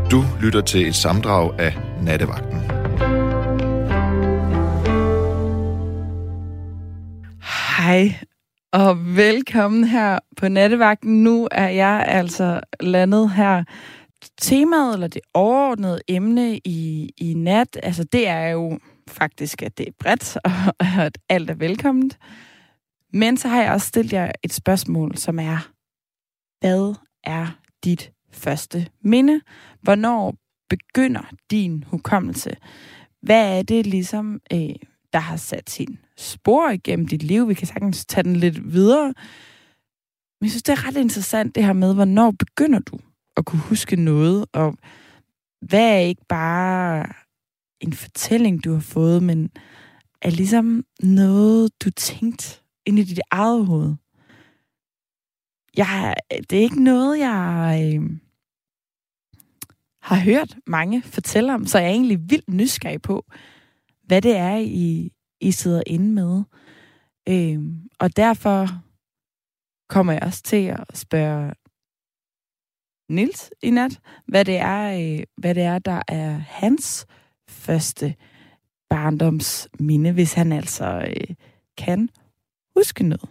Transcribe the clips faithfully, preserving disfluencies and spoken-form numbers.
Du lytter til et sammendrag af Nattevagten. Hej og velkommen her på Nattevagten. Nu er jeg altså landet her. Temaet, eller det overordnede emne i, i nat, altså det er jo faktisk, at det er bredt, og at alt er velkomment. Men så har jeg også stillet jer et spørgsmål, som er, hvad er dit første minde? Hvornår begynder din hukommelse? Hvad er det ligesom, øh, der har sat sin spor igennem dit liv? Vi kan sagtens tage den lidt videre. Men jeg synes, det er ret interessant det her med, hvornår begynder du at kunne huske noget? Og hvad er ikke bare en fortælling, du har fået, men er ligesom noget, du tænkte ind i dit eget hoved? Jeg, det er ikke noget, jeg øh, har hørt mange fortælle om, så jeg er egentlig vildt nysgerrig på, hvad det er, I, I sidder inde med. Øh, og derfor kommer jeg også til at spørge Niels i nat, hvad det er, øh, hvad det er, der er hans første barndomsminde, hvis han altså øh, kan huske noget.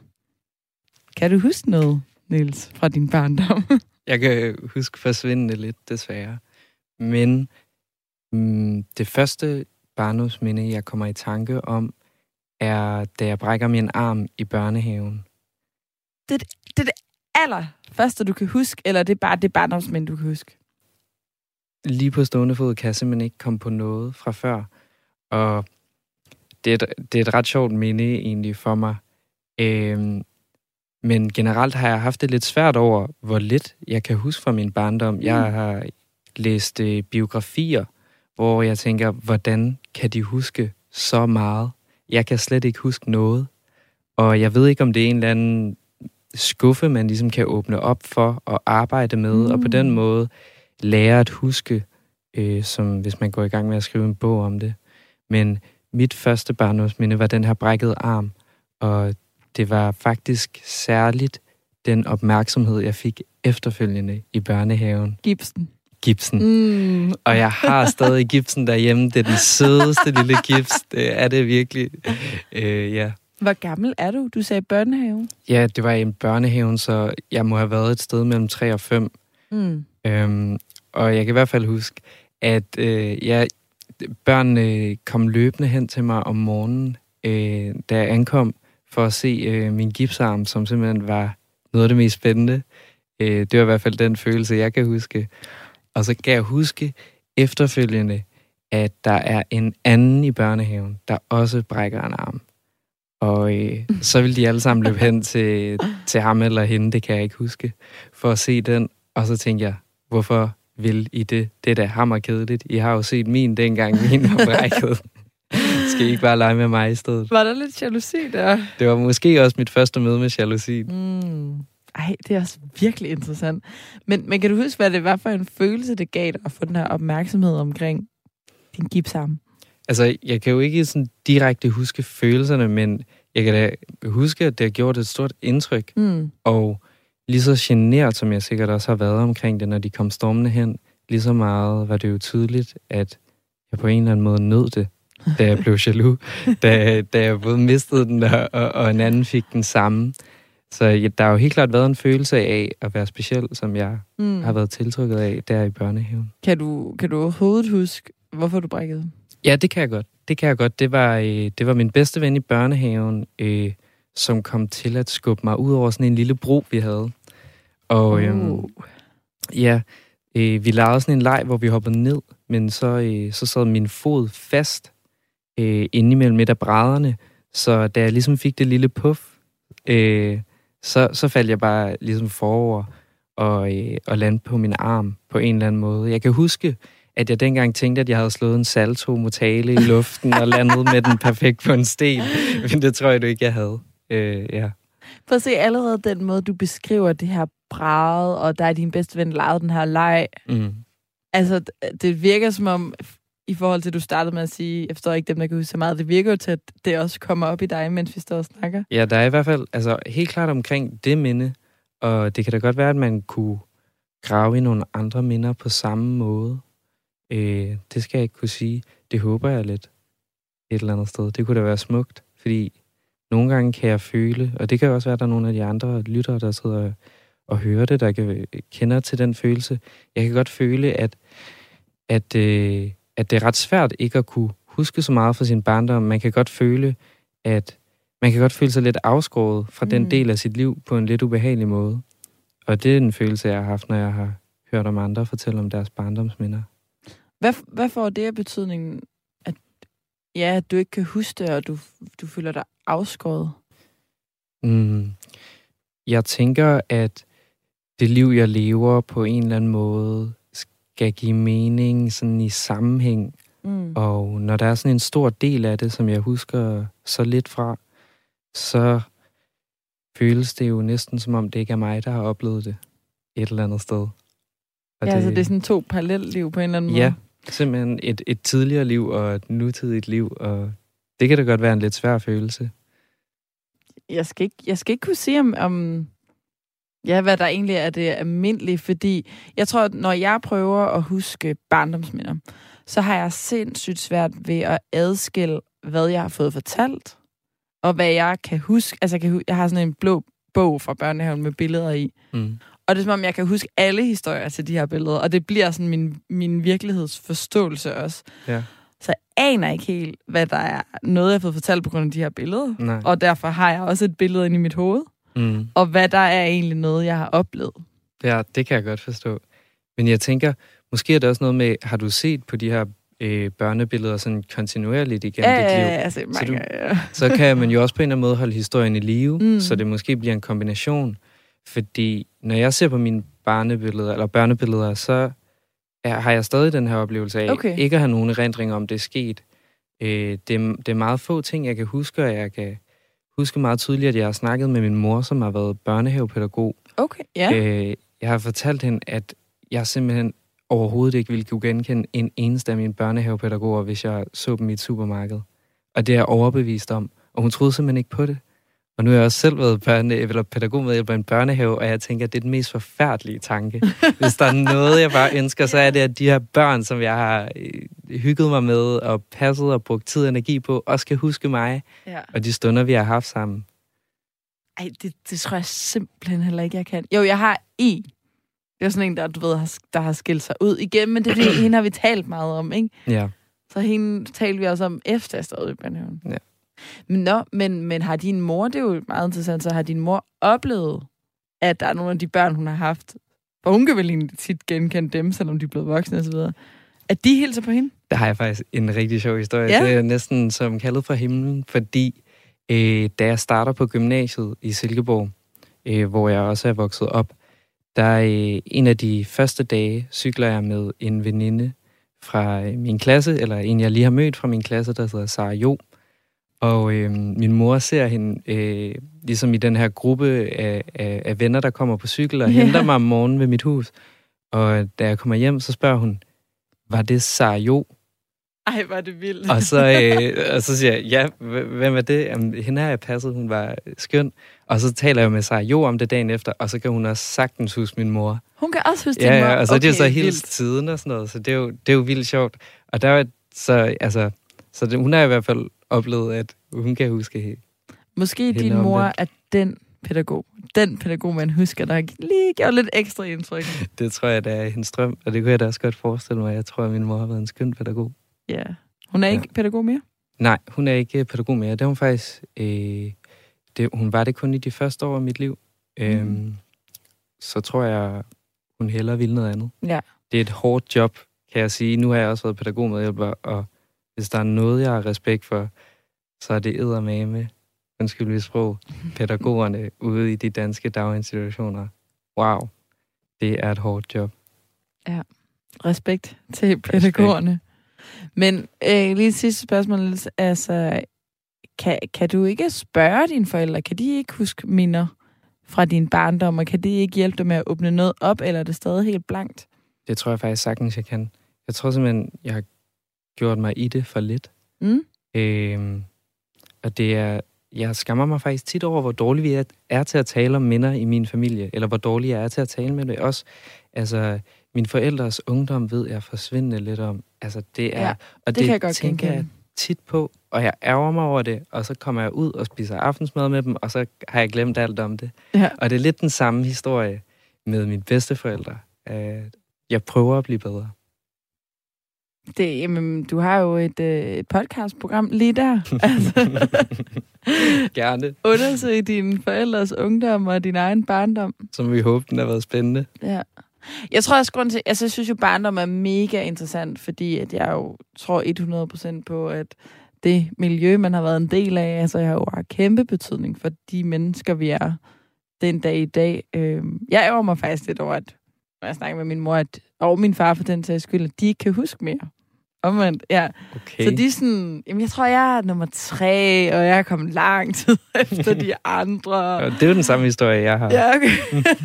Kan du huske noget, Niels, fra din barndom? Jeg kan huske forsvindende lidt, desværre. Men mm, det første barndomsminde, jeg kommer i tanke om, er, da jeg brækker min arm i børnehaven. Det, det er det allerførste, du kan huske, eller det er bare det barndomsminde, du kan huske? Lige på stående fod kan jeg simpelthen ikke komme på noget fra før. Og det er et, det er et ret sjovt minde egentlig for mig. Øhm, Men generelt har jeg haft det lidt svært over, hvor lidt jeg kan huske fra min barndom. Jeg har læst øh, biografier, hvor jeg tænker, hvordan kan de huske så meget? Jeg kan slet ikke huske noget. Og jeg ved ikke, om det er en eller anden skuffe, man ligesom kan åbne op for og arbejde med, mm. og på den måde lære at huske, øh, som hvis man går i gang med at skrive en bog om det. Men mit første barndomsminde var den her brækkede arm, og det var faktisk særligt den opmærksomhed, jeg fik efterfølgende i børnehaven. Gipsen. Gipsen. Mm. Og jeg har stadig gipsen derhjemme. Det er den sødeste lille gips. Det er det virkelig. Øh, ja. Hvor gammel er du? Du sagde børnehaven. Ja, det var i en børnehaven, så jeg må have været et sted mellem tre og fem. Mm. Øhm, og jeg kan i hvert fald huske, at øh, jeg, børnene kom løbende hen til mig om morgenen, øh, da jeg ankom, for at se øh, min gipsarm, som simpelthen var noget af det mest spændende. Øh, det var i hvert fald den følelse, jeg kan huske. Og så kan jeg huske efterfølgende, at der er en anden i børnehaven, der også brækker en arm. Og øh, så vil de alle sammen løbe hen til, til ham eller hende, det kan jeg ikke huske, for at se den. Og så tænkte jeg, hvorfor vil I det? Det er da hammerkedeligt. I har jo set min dengang, min var brækket. Skal I ikke bare lege med mig i stedet? Var der lidt jalousi der? Det var måske også mit første møde med jalousi. Mm. Ej, det er også virkelig interessant. Men, men kan du huske, hvad det var for en følelse, det gav dig at få den her opmærksomhed omkring din gipsarm? Altså, jeg kan jo ikke sådan direkte huske følelserne, men jeg kan da huske, at det har gjort et stort indtryk. Mm. Og lige så genert, som jeg sikkert også har været omkring det, når de kom stormende hen, lige så meget var det jo tydeligt, at jeg på en eller anden måde nød det, da jeg blev jaloux, da, da jeg både mistede den, og, og, og en anden fik den samme. Så ja, der har jo helt klart været en følelse af at være speciel, som jeg mm. har været tiltrykket af der i børnehaven. Kan du, kan du overhovedet huske, hvorfor du brækkede? Ja, det kan jeg godt. Det kan jeg godt. Det var, øh, det var min bedste ven i børnehaven, øh, som kom til at skubbe mig ud over sådan en lille bro, vi havde. Og øh, uh. ja, øh, vi lavede sådan en leg, hvor vi hoppede ned, men så, øh, så sad min fod fast øh, inde imellem et af brædderne. Så da jeg ligesom fik det lille puff, øh, så, så faldt jeg bare ligesom forover og, øh, og landede på min arm på en eller anden måde. Jeg kan huske, at jeg dengang tænkte, at jeg havde slået en salto mortale i luften og landet med den perfekt på en sten. Men det tror jeg du ikke, jeg havde. Øh, ja. For at se allerede den måde, du beskriver det her bræde, og der er din bedste ven lavet den her leg. Mm. Altså, det virker som om, i forhold til, at du startede med at sige, jeg forstår ikke dem, der kan huske så meget, det virker jo til, at det også kommer op i dig, mens vi står og snakker. Ja, der er i hvert fald altså, helt klart omkring det minde, og det kan da godt være, at man kunne grave i nogle andre minder på samme måde. Øh, det skal jeg ikke kunne sige. Det håber jeg lidt et eller andet sted. Det kunne da være smukt, fordi nogle gange kan jeg føle, og det kan også være, at der er nogle af de andre lyttere, der sidder og hører det, der kan, kender til den følelse. Jeg kan godt føle, at, at, øh, at det er ret svært ikke at kunne huske så meget fra sin barndom. Man kan godt føle, at man kan godt føle sig lidt afskåret fra mm. den del af sit liv på en lidt ubehagelig måde. Og det er en følelse, jeg har haft, når jeg har hørt om andre fortælle om deres barndomsminder. Hvad, hvad får det af betydningen, at, ja, at du ikke kan huske det, og du, du føler dig afskåret? Mm. Jeg tænker, at det liv, jeg lever, på en eller anden måde skal give mening sådan i sammenhæng. Mm. Og når der er sådan en stor del af det, som jeg husker så lidt fra, så føles det jo næsten som om, det ikke er mig, der har oplevet det et eller andet sted. Og ja, det, altså det er sådan to parallelliv på en eller anden måde. Ja, simpelthen et, et tidligere liv og et nutidigt liv, og det kan da godt være en lidt svær følelse. Jeg skal ikke, jeg skal ikke kunne sige om, om ja, hvad der egentlig er det almindelige, fordi jeg tror, at når jeg prøver at huske barndomsminder, så har jeg sindssygt svært ved at adskille, hvad jeg har fået fortalt, og hvad jeg kan huske. Altså, jeg, kan, jeg har sådan en blå bog fra børnehaven med billeder i. Mm. Og det er som om, jeg kan huske alle historier til de her billeder, og det bliver sådan min, min virkelighedsforståelse også. Ja. Så jeg aner ikke helt, hvad der er noget, jeg har fået fortalt på grund af de her billeder. Nej. Og derfor har jeg også et billede inde i mit hoved. Mm. Og hvad der er egentlig noget, jeg har oplevet. Ja, det kan jeg godt forstå. Men jeg tænker, måske er det også noget med, har du set på de her øh, børnebilleder sådan kontinuerligt igennem ja, dit liv? Ja, ja, altså, mange, så, du, ja. så kan man jo også på en eller anden måde holde historien i live, mm. så det måske bliver en kombination. Fordi når jeg ser på mine barnebilleder, eller børnebilleder, så er, har jeg stadig den her oplevelse af okay. ikke at have nogen erindringer om, det er sket. Øh, det, det er meget få ting, jeg kan huske, og jeg kan huske meget tydeligt, at jeg har snakket med min mor, som har været børnehavepædagog. Okay, ja. Øh, jeg har fortalt hende, at jeg simpelthen overhovedet ikke ville kunne genkende en eneste af mine børnehavepædagoger, hvis jeg så dem i et supermarked. Og det er jeg overbevist om. Og hun troede simpelthen ikke på det. Og nu har jeg også selv været børne- eller pædagogmedhjælper i en børnehave, og jeg tænker, at det er den mest forfærdelige tanke. Hvis der er noget, jeg bare ønsker, så er det, at de her børn, som jeg har hygget mig med og passet og brugt tid og energi på, også skal huske mig ja. Og de stunder, vi har haft sammen. Ej, det, det tror jeg simpelthen heller ikke, jeg kan. Jo, jeg har I. Det er sådan en, der, du ved, der har skilt sig ud igen, men det er det, hende har vi talt meget om, ikke? Ja. Så hende talte vi også om efter jeg stod i børnehaven. Ja. Men, nå, men, men har din mor, det er jo meget interessant, så har din mor oplevet, at der er nogle af de børn, hun har haft, og hun kan vel egentlig tit genkende dem, selvom de er blevet voksne og så videre, at de hilser på hende? Der har jeg faktisk en rigtig sjov historie. Ja. Det er næsten som kaldet fra himlen, fordi øh, da jeg starter på gymnasiet i Silkeborg, øh, hvor jeg også er vokset op, der øh, en af de første dage cykler jeg med en veninde fra øh, min klasse, eller en, jeg lige har mødt fra min klasse, der hedder Sara Jo. Og øh, min mor ser hende øh, ligesom i den her gruppe af, af, af venner, der kommer på cykel og yeah. henter mig om morgenen ved mit hus. Og da jeg kommer hjem, så spørger hun, var det Sara Jo? Ej, var det vildt. Og så, øh, og så siger jeg, ja, hvem er det? Jamen, hende har jeg passet, hun var skøn. Og så taler jeg med Sara Jo om det dagen efter, og så kan hun også sagtens huske min mor. Hun kan også huske din ja, mor? Ja, og så okay, er det jo så helt vildt. Tiden og sådan noget, så det er jo, det er jo vildt sjovt. Og der var så, altså, så det, hun har i hvert fald oplevet, at hun kan huske helt. Måske din mor er den pædagog. Den pædagog, man husker, der har lige gjort lidt ekstra indtryk. Det tror jeg, der er hendes drøm, og det kunne jeg da også godt forestille mig. Jeg tror, at min mor har været en skøn pædagog. Ja. Hun er ja. ikke pædagog mere? Nej, hun er ikke pædagog mere. Det er hun faktisk... Øh, det, hun var det kun i de første år af mit liv. Mm. Øhm, så tror jeg, hun hellere ville noget andet. Ja. Det er et hårdt job, kan jeg sige. Nu har jeg også været pædagogmedhjælper, og hvis der er noget, jeg har respekt for, så er det eddermame, undskyld mit sprog, pædagogerne ude i de danske daginstitutioner. Wow, det er et hårdt job. Ja, respekt til pædagogerne. Respekt. Men øh, lige et sidste spørgsmål, altså, kan, kan du ikke spørge dine forældre? Kan de ikke huske minder fra din barndom, og kan de ikke hjælpe dig med at åbne noget op, eller er det stadig helt blankt? Det tror jeg faktisk sagtens, jeg kan. Jeg tror simpelthen, jeg har gjort mig i det for lidt. Mm. Øhm, og det er, jeg skammer mig faktisk tit over, hvor dårlig vi er, er til at tale om minder i min familie, eller hvor dårlig jeg er til at tale med det også. Altså, mine forældres ungdom ved jeg forsvindende lidt om. Altså, det er... Ja, og det, det kan jeg godt tænker jeg tit på, og jeg ærger mig over det, og så kommer jeg ud og spiser aftensmad med dem, og så har jeg glemt alt om det. Ja. Og det er lidt den samme historie med mine bedsteforældre. Jeg prøver at blive bedre. Det, jamen, du har jo et, øh, et podcastprogram lige der. Altså, gerne. Undersøg dine forældres ungdom og din egen barndom. Som vi håber, den har været spændende. Ja. Jeg tror også, grund til, altså, jeg synes jo, barndom er mega interessant, fordi at jeg jo tror hundrede procent på, at det miljø, man har været en del af, altså jeg har jo har kæmpe betydning for de mennesker, vi er den dag i dag. Jeg ærger mig faktisk lidt over, at når jeg snakker med min mor, at, og min far for den sags skyld, at de ikke kan huske mere. Omvendt, ja. Okay. Så de er sådan, jamen jeg tror, jeg er nummer tre, og jeg er kommet lang tid efter de andre. Ja, det er jo den samme historie, jeg har. Ja, okay.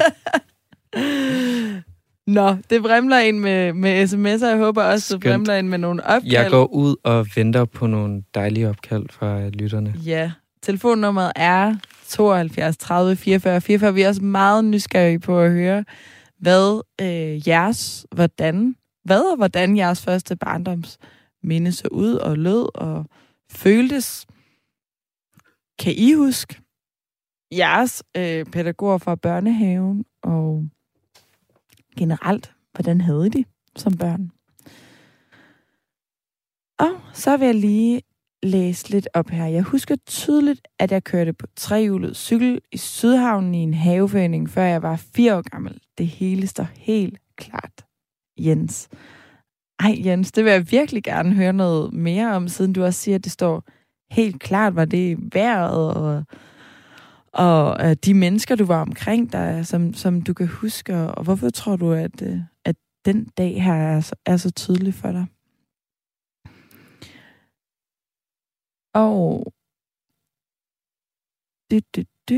Nå, det vrimler ind med, med sms'er. Jeg håber også, det vrimler ind med nogle opkald. Jeg går ud og venter på nogle dejlige opkald fra lytterne. Ja. Telefonnummeret er tooghalvfjerds tredive fireogfyrre fireogfyrre. Vi er også meget nysgerrige på at høre, hvad øh, jeres, hvordan, hvad og hvordan jeres første barndoms minde så ud og lød og føltes. Kan I huske jeres øh, pædagoger fra børnehaven og generelt, hvordan havde I det som børn? Og så vil jeg lige læse lidt op her. Jeg husker tydeligt, at jeg kørte på trehjulet cykel i Sydhavnen i en haveforening, før jeg var fire år gammel. Det hele står helt klart. Jens. Ej, Jens, det vil jeg virkelig gerne høre noget mere om, siden du også siger, at det står helt klart. Var det vejret og, og uh, de mennesker, du var omkring dig, som, som du kan huske? Og hvorfor tror du, at, uh, at den dag her er så, er så tydelig for dig? Og du, du, du.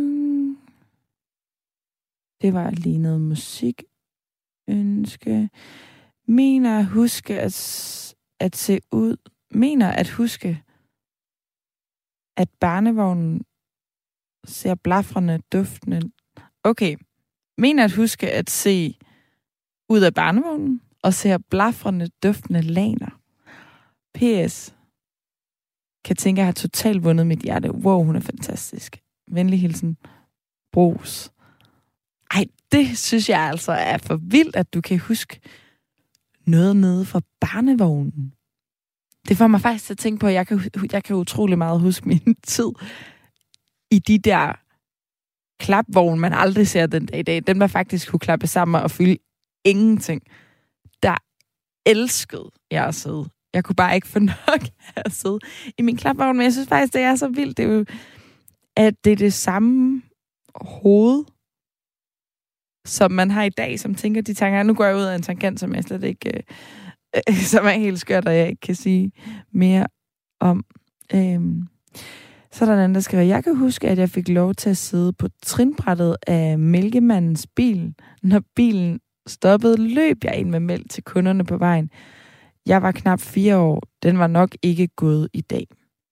Det var lige noget musik. Ønske. Mener at huske at, at se ud. Mener at huske, at barnevognen ser blafrende, duftende. Okay. Mener at huske at se ud af barnevognen og ser blafrende, duftende laner. P S kan tænke, at jeg har totalt vundet mit hjerte. Wow, hun er fantastisk. Venlig hilsen, Brugs. Ej, det synes jeg altså er for vildt, at du kan huske noget nede fra barnevognen. Det får mig faktisk til at tænke på, at jeg kan, jeg kan utrolig meget huske min tid i de der klapvogne, man aldrig ser den dag i dag. Dem, der faktisk kunne klappe sammen og fylde ingenting. Der elskede jeg at sidde. Jeg kunne bare ikke få nok af at sidde i min klapvogn, men jeg synes faktisk, det er så vildt. Det er jo, at det er det samme hoved, som man har i dag, som tænker de tanker. Nu går jeg ud af en tangent, som jeg slet ikke, øh, som er helt skørt, og jeg ikke kan sige mere om. Øhm, så er der en anden, der skriver, jeg kan huske, at jeg fik lov til at sidde på trinbrættet af mælkemandens bil. Når bilen stoppede, løb jeg ind med mælk til kunderne på vejen. Jeg var knap fire år. Den var nok ikke gået i dag.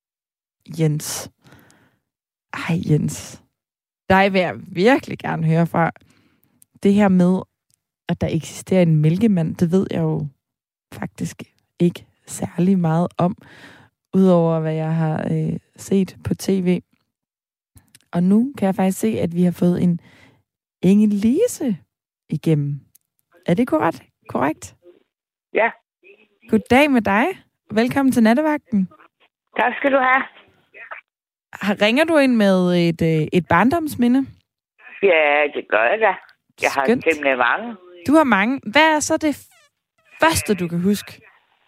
Jens. Ej, Jens. Dig vil jeg virkelig gerne høre fra. Det her med, at der eksisterer en mælkemand, det ved jeg jo faktisk ikke særlig meget om, udover hvad jeg har øh, set på tv. Og nu kan jeg faktisk se, at vi har fået en Inge-Lise igennem. Er det korrekt? Korrekt? Ja. Goddag med dig. Velkommen til Nattevagten. Tak skal du have. Ringer du ind med et, et barndomsminde? Ja, det gør jeg da. Jeg har Skønt. simpelthen mange. Du har mange. Hvad er så det første, du kan huske?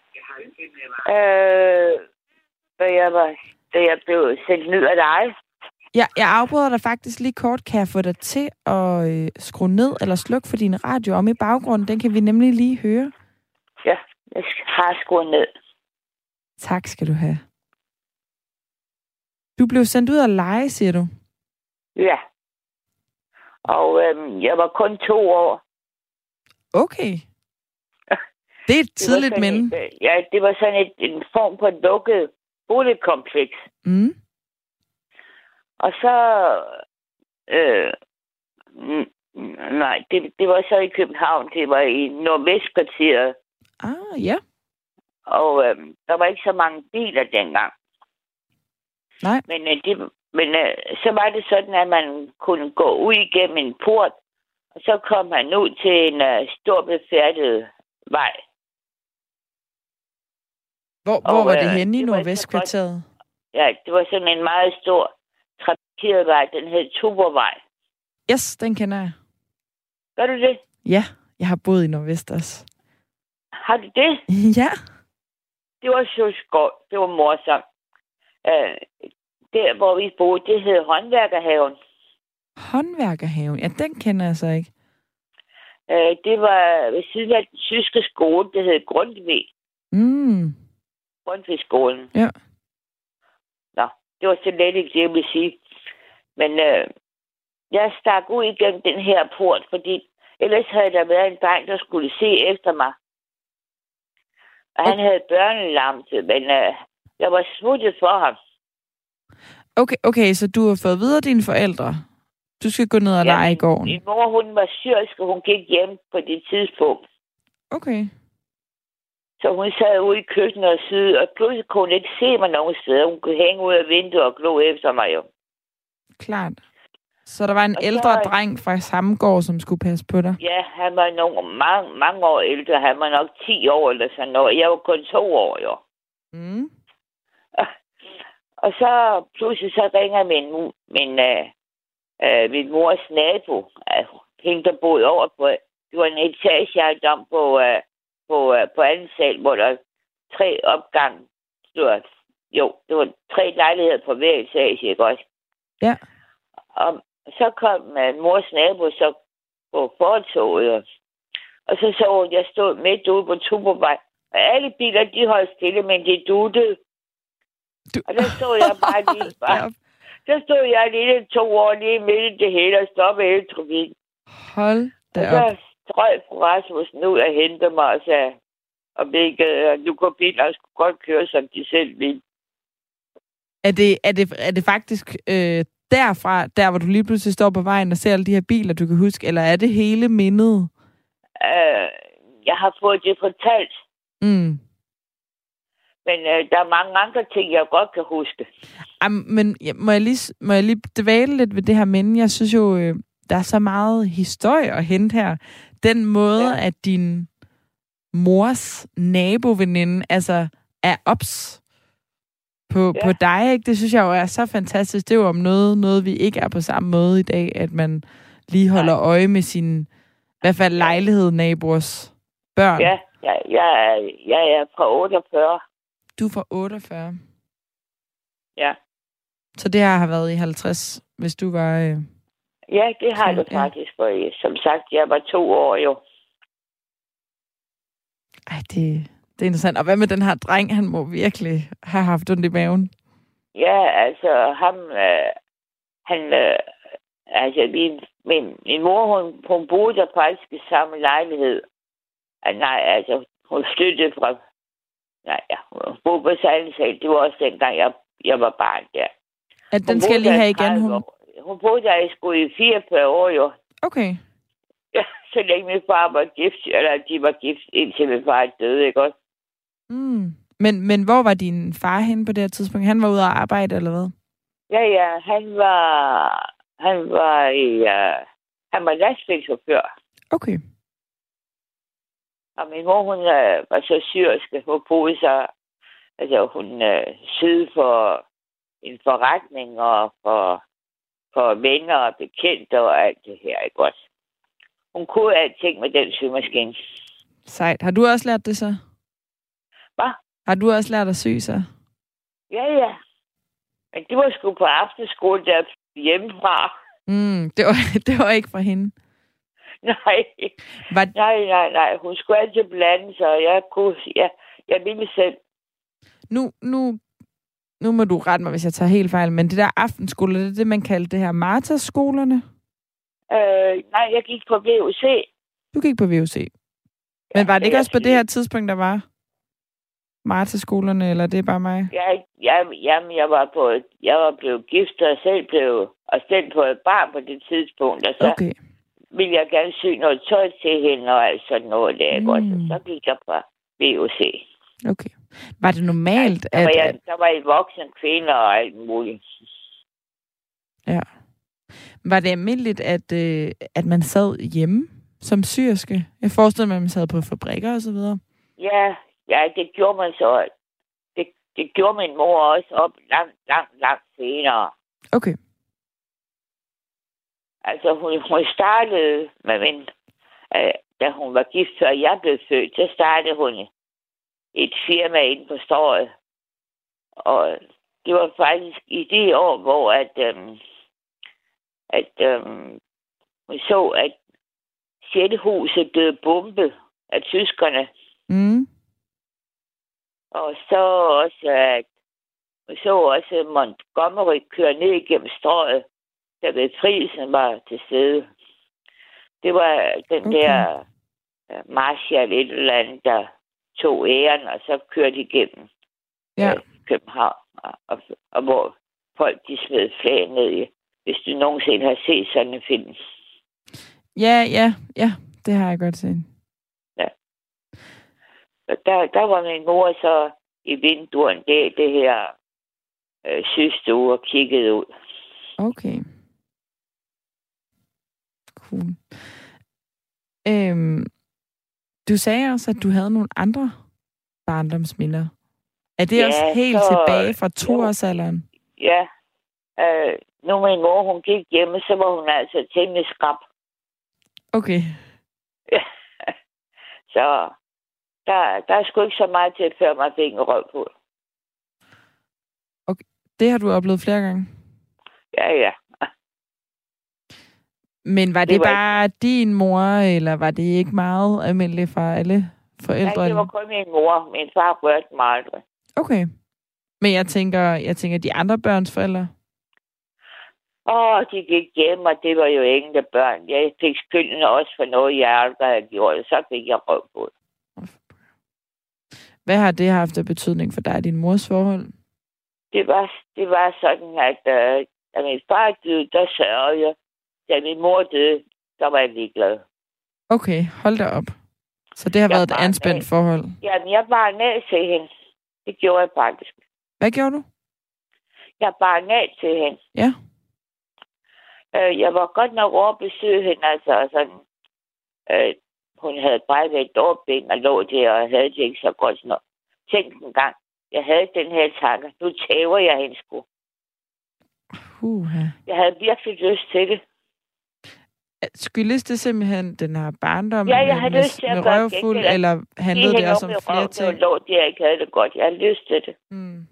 Øh, da jeg, var, da jeg blev sendt ned af dig. Ja, jeg afbryder dig faktisk lige kort. Kan jeg få dig til at øh, skrue ned eller slukke for din radio om i baggrunden? Den kan vi nemlig lige høre. Ja, jeg har skruet ned. Tak skal du have. Du blev sendt ud at lege, siger du? Ja. Og øhm, jeg var kun to år. Okay. Det er et tidligt minde. Et, ja, det var sådan et, en form for et lukket boligkompleks. Mm. Og så... Øh, nej, det, det var så i København. Det var i Nordvestkvarteret. Ah, ja. Og øh, der var ikke så mange biler dengang. Nej. Men, øh, det, men øh, så var det sådan, at man kunne gå ud igennem en port, og så kom han ud til en øh, stor befærdet vej. Hvor, Og, hvor var det øh, henne i det var Nordvestkvarteret? Ja, det var sådan en meget stor trafikeret vej. Den hed Tuborgvej. Yes, den kender jeg. Gør du det? Ja, jeg har boet i Nordvest også. Har du det? Ja. Det var så skønt. Det var morsomt. Øh, der, hvor vi boede, det hed Håndværkerhaven. Håndværkerhaven? Ja, den kender jeg så ikke. Øh, det var ved siden af den tyske skole, det hed Grundtvig. Mm. Grundtvigskolen. Ja. Nå, det var så let ikke det, jeg vil sige. Men øh, jeg stak ud igennem den her port, fordi ellers havde der været en dreng, der skulle se efter mig. Og han havde børnelamse, men øh, jeg var smuttet for ham. Okay, okay, så du har fået videre dine forældre. Du skal gå ned og Ja, lege i gården. Min mor, hun var syrisk, og hun gik hjem på det tidspunkt. Okay. Så hun sad ude i køkkenet og syede, og pludselig kunne hun ikke se mig nogen steder. Hun kunne hænge ud af vinduet og glo efter mig jo. Klart. Så der var en og ældre så, dreng fra samme gård, som skulle passe på dig? Ja, han var nogle, mange, mange år ældre. Han var nok ti år eller sådan noget. Jeg var kun to år jo. Mm. Og så pludselig så ringer min, min, øh, øh, min mors nabo, øh, hende der boede over på, det var en etageejendom på, øh, på, øh, på anden sal, hvor der var tre opgange. Stod, jo, det var tre lejligheder på hver etage, ikke også? Ja. Og så kom øh, mors nabo så på fortoget, og så så hun, jeg stod midt ude på Tuborgvej, og alle biler, de holdt stille, men de duttede. Du... Og der stod jeg bare lige bare. Der stod jeg lige to år lige midt i det hele og stoppede hele trafikken. Hold da op. Og så strøg fru Rasmussen ud og hentede mig og sagde, om ikke nu går biler skulle godt køre, som de selv vil. Er det, er det, er det faktisk øh, derfra, der hvor du lige pludselig står på vejen og ser alle de her biler, du kan huske, eller er det hele mindet? Øh, jeg har fået det fortalt. Mm. Men øh, der er mange andre ting, jeg godt kan huske. Am, men ja, må, jeg lige, må jeg lige dvæle lidt ved det her minde? Jeg synes jo, øh, der er så meget historie at hente her. Den måde, ja. at din mors naboveninde altså er ops på, ja. på dig, ikke? Det synes jeg jo er så fantastisk. Det er jo om noget, noget, vi ikke er på samme måde i dag, at man lige holder Nej. øje med sin, i hvert fald lejlighed, naboers børn. Ja, ja jeg, er, jeg er fra otteogfyrre. Du er fra otteogfyrre? Ja. Så det her har været i halvtreds, hvis du var... Øh... Ja, det har det faktisk. For, som sagt, jeg var to år jo. Ej, det, det er interessant. Og hvad med den her dreng? Han må virkelig have haft ondt i maven. Ja, altså ham... Øh, han... Øh, altså, min, min, min mor, hun, hun boede der faktisk i samme lejlighed. Ah, nej, altså, hun flyttede fra... Nej, ja, hun boede på Sejlensal. Det var også dengang, jeg, jeg var barn der. At den skal lige have igen, hun... År. Hun boede der i sgu i fireogfyrre år, jo. Okay. Ja, så længe min far var gift, eller de var gift, indtil min far døde, ikke også? Mm. Men, men hvor var din far henne på det her tidspunkt? Han var ude at arbejde, eller hvad? Ja, ja, han var... Han var i... Uh, han var lastbilchauffør. Okay. Og min mor, hun uh, var så syrisk, hun boede så... Altså, hun uh, syede for en forretning og for, for venner og bekendte og alt det her, ikke også? Hun kunne alting med den symaskine. Sejt. Har du også lært det så? Hvad? Har du også lært at sy så? Ja, ja. Men det var sgu på aftenskole der hjemmefra. Mm, det var, det var ikke fra hende? Nej. Var... Nej, nej, nej. Hun skulle altid blande sig, og jeg kunne... Ja, jeg ville selv. Nu, nu, nu må du rette mig, hvis jeg tager helt fejl, men det der aftenskole, det er det, man kaldte det her Martas-skolerne? Øh, nej, jeg gik på V U C. Du gik på V U C? Men var det ikke også på det her tidspunkt, der var? Marta-skolerne, eller det er bare mig? Jeg, jeg, jamen, jeg var på, jeg var blevet gift og selv blev, og selv på et barn på det tidspunkt, og så Okay. ville jeg gerne sy noget tøj til hende og alt sådan noget der, Mm. mm. også. Så gik jeg på V O C. Okay. Var det normalt, der, var at... jeg, at der var en voksen kvinde og alt muligt. ja. Var det almindeligt, at, øh, at man sad hjemme som syerske? Jeg forestiller mig, at man sad på fabrikker og så videre. Ja, ja, det gjorde man så. Det, det gjorde min mor også op langt, langt, langt senere. Okay. Altså, hun, hun startede med min... Øh, da hun var gift, før jeg blev født, så startede hun et firma inde på Strøget. Og det var faktisk i det år, hvor at, øhm, at øhm, hun så, at Sjælhuset blev bombet af tyskerne. Mm. Og så også, at hun så også, at Montgomery køre ned igennem Strøget, da befrielsen var til stede. Det var den Okay. der uh, Marshall et eller andet, der tog æren, og så kørte igennem Ja. uh, København, og, og, og hvor folk de smed flag ned i. Hvis du nogensinde har set sådan en film. Ja, ja, ja. Det har jeg godt set. Og der, der var min mor så i vinduet, det, det her øh, systue og kiggede ud. Okay. Cool. Øhm, du sagde også, at du havde nogle andre barndomsminder. Er det Ja, også helt så- tilbage fra toårsalderen? Ja, øh, nu min mor, hun gik hjemme, så var hun altså temmelig skrab. Okay. Så der, der er sgu ikke så meget til, før man fik en røv på. Det har du oplevet flere gange. Ja, ja. Men var det, Det det var bare ikke... din mor, eller var det ikke meget almindeligt for alle forældre? Nej, det var kun min mor. Min far rørte mig aldrig. Okay. Men jeg tænker, jeg tænker de andre børns forældre. Åh, de gik hjem, og det var jo enkelte børn. Jeg fik skylden også for noget, jeg aldrig havde gjort, og så fik jeg røv på. Hvad har det haft af betydning for dig og din mors forhold? Det var, det var sådan, at øh, da min far døde, der sørgede jeg. Da min mor døde, der var jeg ligeglad. Okay, hold da op. Så det har Jeg været et var anspændt ned. forhold. Jamen, jeg var ned til hende. Det gjorde jeg faktisk. Hvad gjorde du? Jeg var ned til hende. Ja. Øh, jeg var godt nok over at besøge hende, altså sådan. Øh, hun havde brækket et dårben og lå der, og havde det ikke så godt sådan noget. Tænk en gang, jeg havde den her tanke. Nu tæver jeg hende sgu. Uha. Jeg havde virkelig lyst til det. Skyldes det simpelthen den her barndom Ja, jeg med, havde med, lyst til at med gøre røvfuld, gengæld. eller handlede det også om flere ting? ting? Lå der, jeg ikke havde det godt. Jeg havde lyst til det. Mm.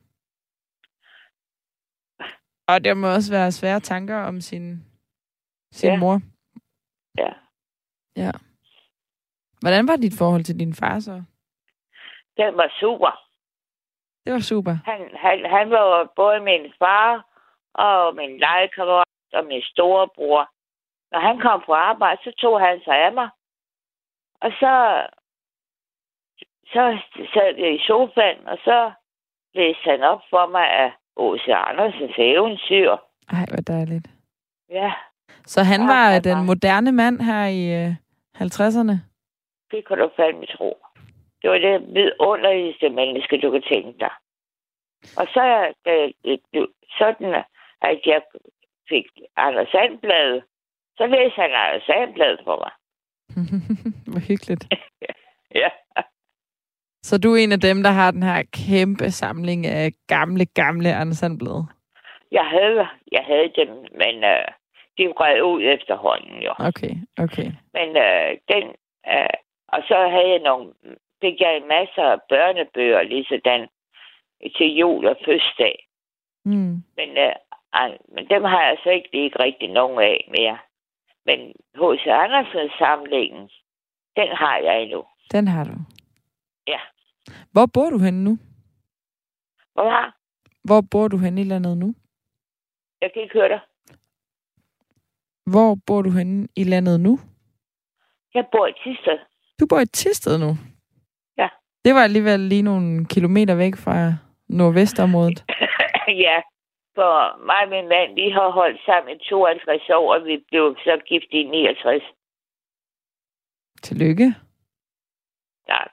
Og der må også være svære tanker om sin, sin Ja. mor. Ja. Ja. Hvordan var dit forhold til din far så? Den var super. Det var super. Han, han, han var både min far og min legekammerat og min storebror. Når han kom på arbejde, så tog han sig af mig. Og så, så sad jeg i sofaen, og så læste han op for mig af Å C. Andersens eventyr. Ej, hvor dejligt. Ja, Så han Ja, var han den var- moderne mand her i øh, halvtredserne? det kan du fandme tro. Det var det vidunderligste menneske, du kan tænke dig. Og så da det blev sådan, at jeg fik Anders Sandblad, så læste han Anders Sandblad for mig. Hvor hyggeligt. Ja. Så du er en af dem, der har den her kæmpe samling af gamle, gamle Anders Sandblade? Jeg havde, jeg havde dem, men øh, de røg ud efterhånden, jo. Okay, okay. Men øh, den, øh, og så havde jeg nogle, fik jeg en masse af børnebøger, lige sådan til jul og fødselsdag. Mm. Men, øh, ej, men dem har jeg så ikke, ikke rigtig nogen af mere. Men H C. Andersens samlingen, den har jeg endnu. Den har du. Ja. Hvor bor du henne nu? Hvor har? Hvor bor du henne i landet nu? Jeg kan ikke høre dig. Hvor bor du henne i landet nu? Jeg bor i Thisted. Du bor i Thisted nu? Ja. Det var alligevel lige nogle kilometer væk fra nordvestområdet. Ja, for mig og min mand, vi har holdt sammen i tooghalvtreds år, og vi blev så gift i niogtres. Tillykke. Tak.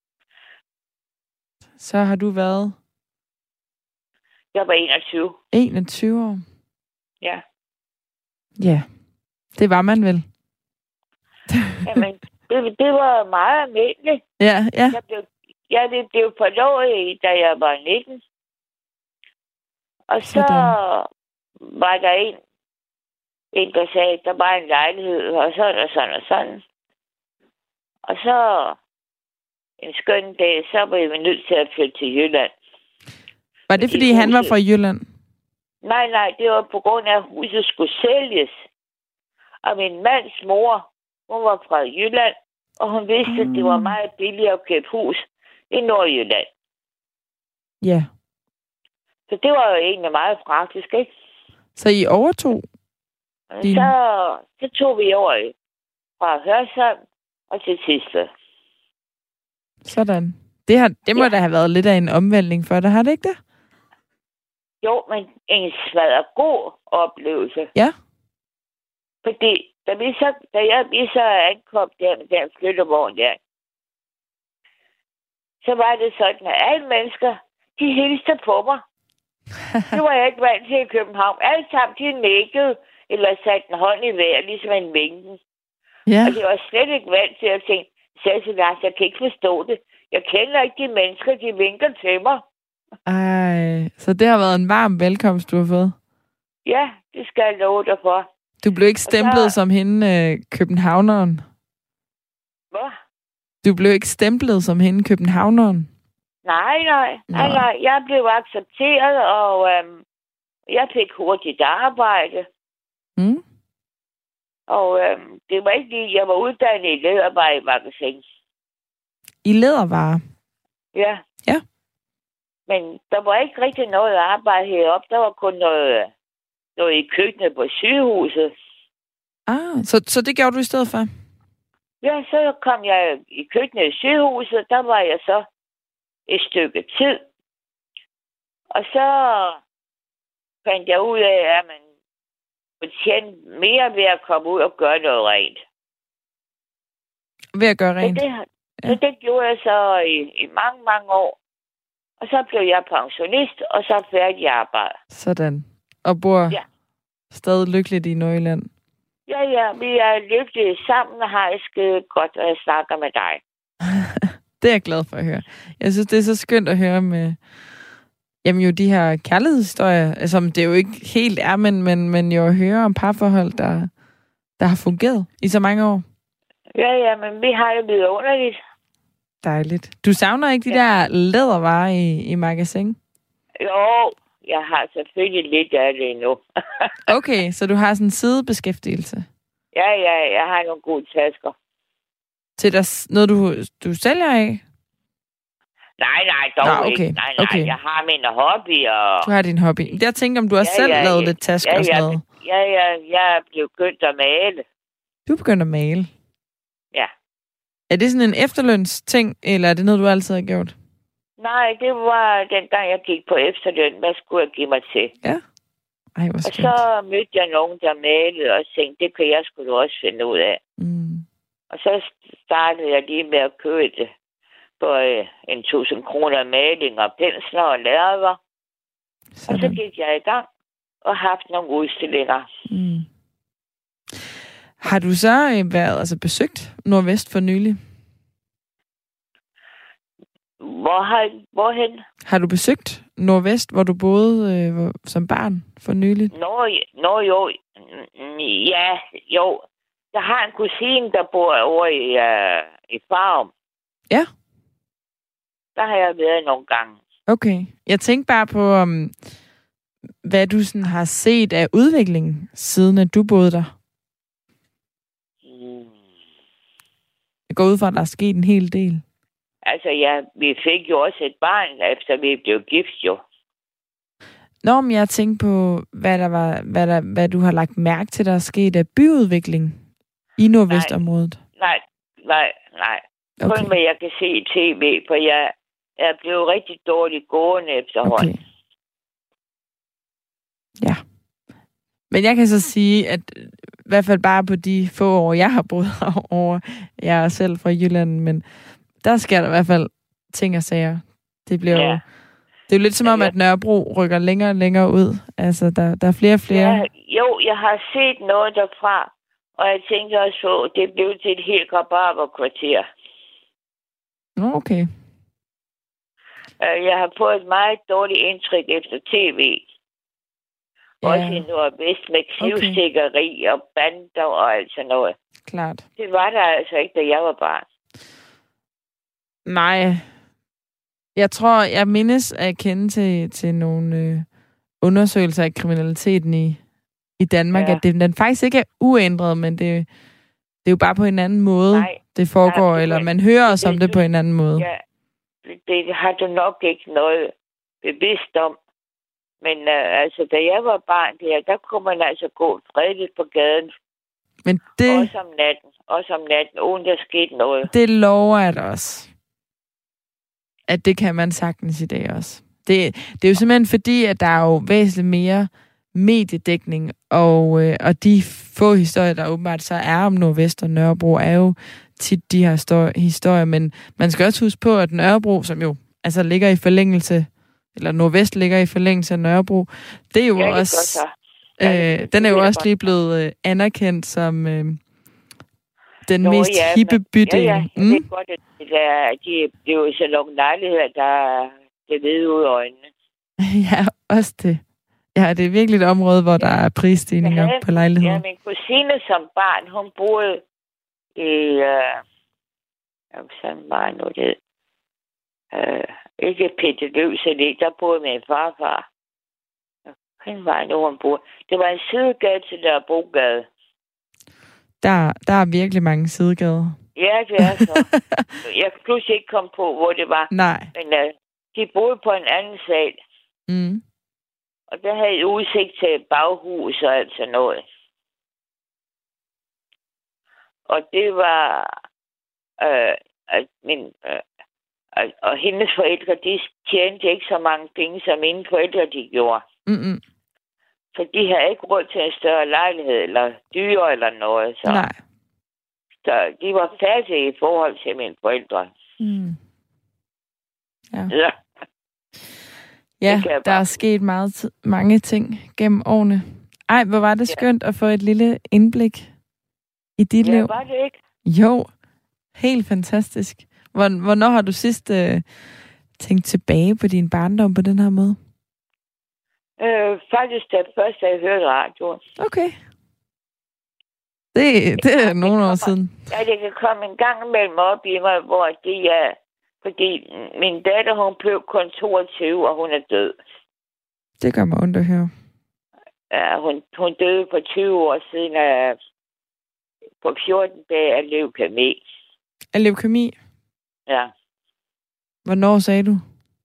Så har du været? Jeg var enogtyve. enogtyve år? Ja. Ja, det var man vel. Jamen, det, det var meget almindeligt. Ja, ja. Jeg blev, jeg blev, blev forlovet, da jeg var nitten. Og så Sådan. var der en, en, der sagde, at der var en lejlighed, og sådan og sådan og sådan. Og så en skøn dag, så var jeg nødt til at flytte til Jylland. Var det, fordi han var fra Jylland? Nej, nej, det var på grund af, at huset skulle sælges. Og min mands mor, hun var fra Jylland, og hun vidste, mm. at det var meget billigere at købe hus i Nordjylland. Ja. Yeah. Så det var jo egentlig meget praktisk, ikke? Så I overtog? Din... Så, så tog vi over fra Hørsholm og til Thisted. Sådan. Det, har, det må ja. da have været lidt af en omvæltning for dig, har det ikke det? Jo, men en smadret god oplevelse. Ja. Fordi da, vi så, da jeg vi så ankom der med den flyttevogn der, så var det sådan, at alle mennesker, de hilste på mig. Det var jeg ikke vant til i København. Alle sammen, de nikkede eller satte en hånd i vejret, ligesom en vinken. Ja. Og det var slet ikke vant til at tænke, sagde til Lars, jeg kan ikke forstå det. Jeg kender ikke de mennesker, de vinker til mig. Ej, så det har været en varm velkomst, du har fået? Ja, det skal jeg love dig for. Du blev ikke stemplet så... som hende, øh, københavneren? Hvad? Du blev ikke stemplet som hende, københavneren? Nej, nej. nej, nej. Jeg blev accepteret, og øhm, jeg fik hurtigt arbejde. Mm. Og øhm, det var ikke lige, jeg var uddannet i lædervarer i magasin. I lædervarer? Ja. Ja. Men der var ikke rigtig noget arbejde heroppe. Der var kun noget, noget i køkkenet på sygehuset. Ah, så, så det gjorde du i stedet for? Ja, så kom jeg i køkkenet i sygehuset. Der var jeg så et stykke tid. Og så fandt jeg ud af, at man kunne tjene mere ved at komme ud og gøre noget rent. Ved at gøre rent? Så det, ja. så det gjorde jeg så i, i mange, mange år. Og så blev jeg pensionist, og så færdig arbejde. Sådan. Og bor ja. stadig lykkeligt i Nordjylland? Ja, ja. Vi er lykkelige sammen, og har jeg skide godt, og jeg snakker med dig. Det er jeg glad for at høre. Jeg synes, det er så skønt at høre med jamen jo de her kærlighedshistorier, som det jo ikke helt er, men, men, men jo at høre om parforhold, der, der har fungeret i så mange år. Ja, ja, men vi har jo vidunderligt. Dejligt. Du savner ikke de ja. der lædervarer i, i magasin? Jo, jeg har selvfølgelig lidt af det endnu. Okay, så du har sådan en sidebeskæftigelse? Ja, ja, jeg har nogle gode tasker. Til der, noget, du, du sælger af? Nej, nej, dog Nå, okay. ikke. Nej, nej, okay. jeg har min hobby. Og... Du har din hobby. Jeg tænker, om du har ja, selv ja, lavet ja, lidt tasker ja, og sådan noget. Ja, ja, jeg er blevet begyndt at male. Du er begyndt at male? Ja. Er det sådan en efterlønsting, eller er det noget, du altid har gjort? Nej, det var dengang, jeg gik på efterløn. Hvad skulle jeg give mig til? Ja. Ej, hvor og så mødte jeg nogen, der malede, og tænkte, det kan jeg sgu også finde ud af. Mm. Og så startede jeg lige med at købe det på øh, en tusind kroner maling og pensler og lærker. Og så gik jeg i gang og haft nogle udstillinger. Mm. Har du så øh, været altså besøgt Nordvest for nylig? Hvor har, hvorhen? Har du besøgt Nordvest, hvor du boede øh, hvor, som barn for nylig? Nå, nå jo. Ja, jo. Jeg har en kusine, der bor over i, uh, i Farum. Ja. Der har jeg været nogle gange. Okay. Jeg tænkte bare på, um, hvad du sådan har set af udviklingen, siden at du boede der. Mm. Jeg går ud fra, at der er sket en hel del. Altså, ja, vi fik jo også et barn, efter vi blev gift, jo. Nå, men jeg tænkte på, hvad, der var, hvad, der, hvad du har lagt mærke til, der er sket af byudvikling i Nordvestområdet. Nej, nej, nej. Okay. Kun hvad jeg kan se i tv, for jeg er blevet rigtig dårligt gående efterhånden. Okay. Ja. Men jeg kan så sige, at i hvert fald bare på de få år, jeg har boet herovre, jeg er selv fra Jylland, men der sker der i hvert fald ting og sager. Det bliver Ja. jo, det er jo lidt som om, Ja. at Nørrebro rykker længere og længere ud. Altså, der, der er flere og flere. Ja, jo, jeg har set noget derfra, og jeg tænkte også på, at det blev til et helt rabarberkvarter. Nå, okay. Uh, jeg har fået et meget dårligt indtryk efter tv. Ja, Også i Nordvest med knivstikkeri okay. og bander og alt sådan noget. klart. Det var der altså ikke, da jeg var barn. Nej. Jeg tror, jeg mindes at kende til, til nogle øh, undersøgelser af kriminaliteten i, i Danmark, ja. At det, den faktisk ikke er uændret, men det, det er jo bare på en anden måde, Nej. det foregår, Nej, eller man hører også det, om det på en anden måde. Ja, det har du nok ikke noget bevidst om. Men øh, altså, da jeg var barn der, der kunne man altså gå fredeligt på gaden. Men det, også om natten. Også om natten, uden der skete noget. Det lover jeg da også. At det kan man sagtens i dag også. Det, det er jo simpelthen fordi, at der er jo væsentligt mere mediedækning, og, øh, og de få historier, der åbenbart så er om Nordvest og Nørrebro, er jo tit de her historier, men man skal også huske på, at Nørrebro, som jo altså ligger i forlængelse, eller Nordvest ligger i forlængelse af Nørrebro, det er jo ja, det også, øh, ja, den er jo også lige blevet øh, anerkendt som øh, den Nå, mest ja, hippe bydel. Ja, ja, mm? det er godt, at det er, de, det er jo så nogle lejligheder, der det ved ud af øjnene. Ja, også det. Ja, det er virkelig et område, hvor ja. der er prisstigninger havde, på lejligheder. Ja, min kusine som barn, hun boede i, øh, sådan var nu det, øh, ikke Petteløs, der boede min farfar. Han var nu, hun boede. Det var en sidegade til Nørrebrogade. Der, der er virkelig mange sidegader. Ja, det er så. Jeg kan pludselig ikke komme på, hvor det var. Nej. Men øh, de boede på en anden sal. Mm. Og der havde jeg udsigt til baghus og alt sådan noget. Og det var... Øh, at min, øh, og, og hendes forældre, de tjente ikke så mange penge, som mine forældre, de gjorde. Mm-mm. For de havde ikke råd til en større lejlighed, eller dyre, eller noget. Så. Nej. Så de var fattige i forhold til mine forældre. Mm. Ja. Ja. Ja, der er sket meget t- mange ting gennem årene. Ej, hvor var det skønt ja. at få et lille indblik i dit ja, liv. Ja, var det ikke? Jo, helt fantastisk. Hvornår har du sidst øh, tænkt tilbage på din barndom på den her måde? Øh, faktisk da først, da jeg hørte radioen. Okay. Det, det er ja, nogle år kommer, siden. Ja, det kan komme en gang imellem op i mig, hvor det er... Fordi min datter, hun blev kun toogtyve, og hun er død. Det gør mig ondt at høre. Ja, hun, hun døde for tyve år siden af, på fjorten dage af leukæmi. Af leukæmi? Ja. Hvornår sagde du?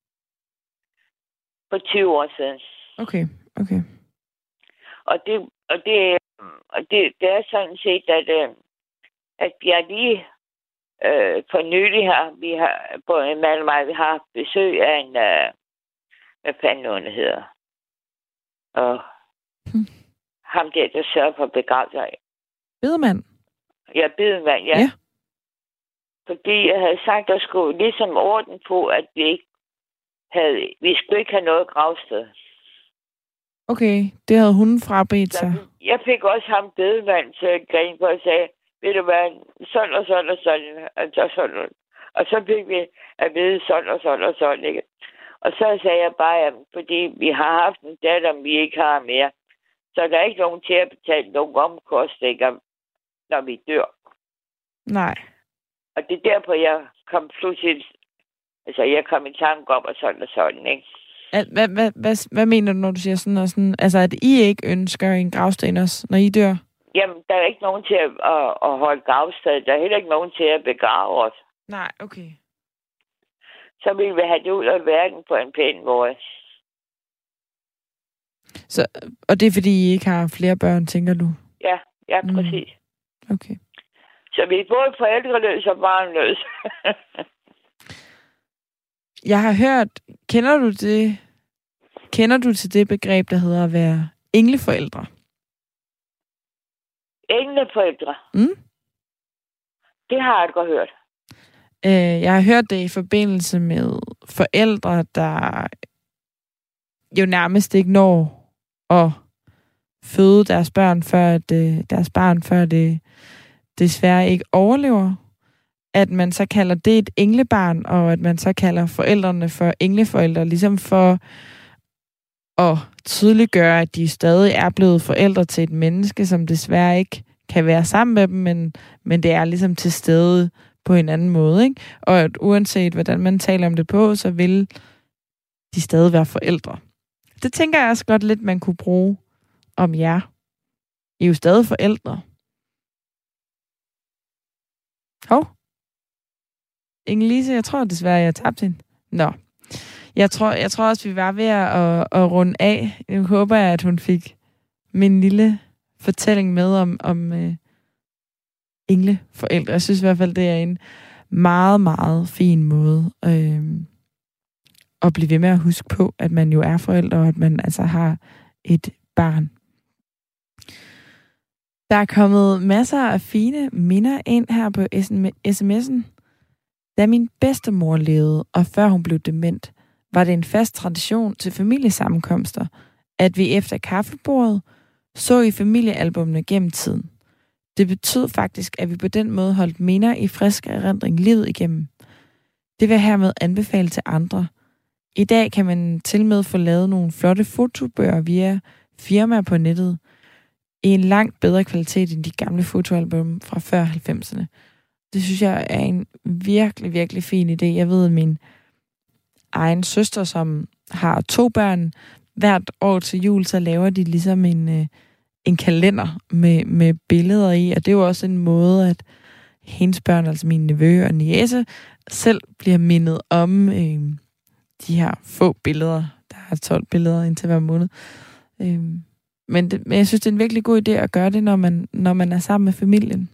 For tyve år siden. Okay, okay. Og det, og det, og det, det er sådan set, at, at jeg lige øh, for nylig her, vi har på en Malmø, vi har besøg af en, øh, hvad fanden hun hedder, og hmm. ham der, der sørger for begravelser. Bedemand? Ja, bedemand, ja. ja. Fordi jeg havde sagt, der skulle ligesom orden på, at vi ikke havde, vi skulle ikke have noget gravsted. Okay, det havde hun frabedt sig. Jeg fik også ham bedemand til at grine på og sagde, ved du hvad, sådan og sådan og sådan, altså sådan. Og så fik vi at vide sådan og sådan og sådan, ikke? Og så sagde jeg bare, at fordi vi har haft en datter, vi ikke har mere, så der er ikke nogen til at betale nogen omkostninger, når vi dør. Nej. Og det er derfor, jeg kom pludselig, altså jeg kom i tanke om og sådan og sådan, ikke? Hvad, hvad, hvad, hvad mener du, når du siger sådan og sådan? Altså, at I ikke ønsker en gravsten også, når I dør? Jamen, der er ikke nogen til at, at, at holde gravsted. Der er heller ikke nogen til at begrave os. Nej, okay. Så vil vi have det ud af verden på en pæn måde. Så, og det er, fordi I ikke har flere børn, tænker du? Ja, ja, præcis. Mm. Okay. Så vi er både forældreløs og barnløs. Jeg har hørt, kender du det, kender du til det begreb, der hedder at være engleforældre? Engleforældre? Mm? Det har jeg godt hørt. Øh, jeg har hørt det i forbindelse med forældre, der jo nærmest ikke når at føde deres børn, før det, deres barn, før det desværre ikke overlever. At man så kalder det et englebarn, og at man så kalder forældrene for engleforældre, ligesom for at tydeliggøre, at de stadig er blevet forældre til et menneske, som desværre ikke kan være sammen med dem, men, men det er ligesom til stede på en anden måde, ikke? Og at uanset hvordan man taler om det på, så vil de stadig være forældre. Det tænker jeg også godt lidt, man kunne bruge om jer. I er jo stadig forældre. Hov. Inge-Lise, jeg tror desværre, jeg har tabt hende. Nå. Jeg tror, jeg tror også, vi var ved at, at, at runde af. Jeg håber, at hun fik min lille fortælling med om, om uh, engleforældre. Jeg synes i hvert fald, det er en meget, meget fin måde øh, at blive ved med at huske på, at man jo er forældre, og at man altså har et barn. Der er kommet masser af fine minder ind her på sms'en. Da min bedstemor levede, og før hun blev dement, var det en fast tradition til familiesammenkomster, at vi efter kaffebordet så i familiealbumene gennem tiden. Det betød faktisk, at vi på den måde holdt minder i frisk erindring livet igennem. Det vil jeg hermed anbefale til andre. I dag kan man til med få lavet nogle flotte fotobøger via firmaer på nettet i en langt bedre kvalitet end de gamle fotoalbum fra før halvfemserne. Det synes jeg er en virkelig, virkelig fin idé. Jeg ved, at min egen søster, som har to børn, hvert år til jul, så laver de ligesom en, en kalender med, med billeder i, og det er jo også en måde, at hendes børn, altså min nevø og niece, selv bliver mindet om øh, de her få billeder. Der er tolv billeder indtil hver måned. Øh, men, det, men jeg synes, det er en virkelig god idé at gøre det, når man, når man er sammen med familien.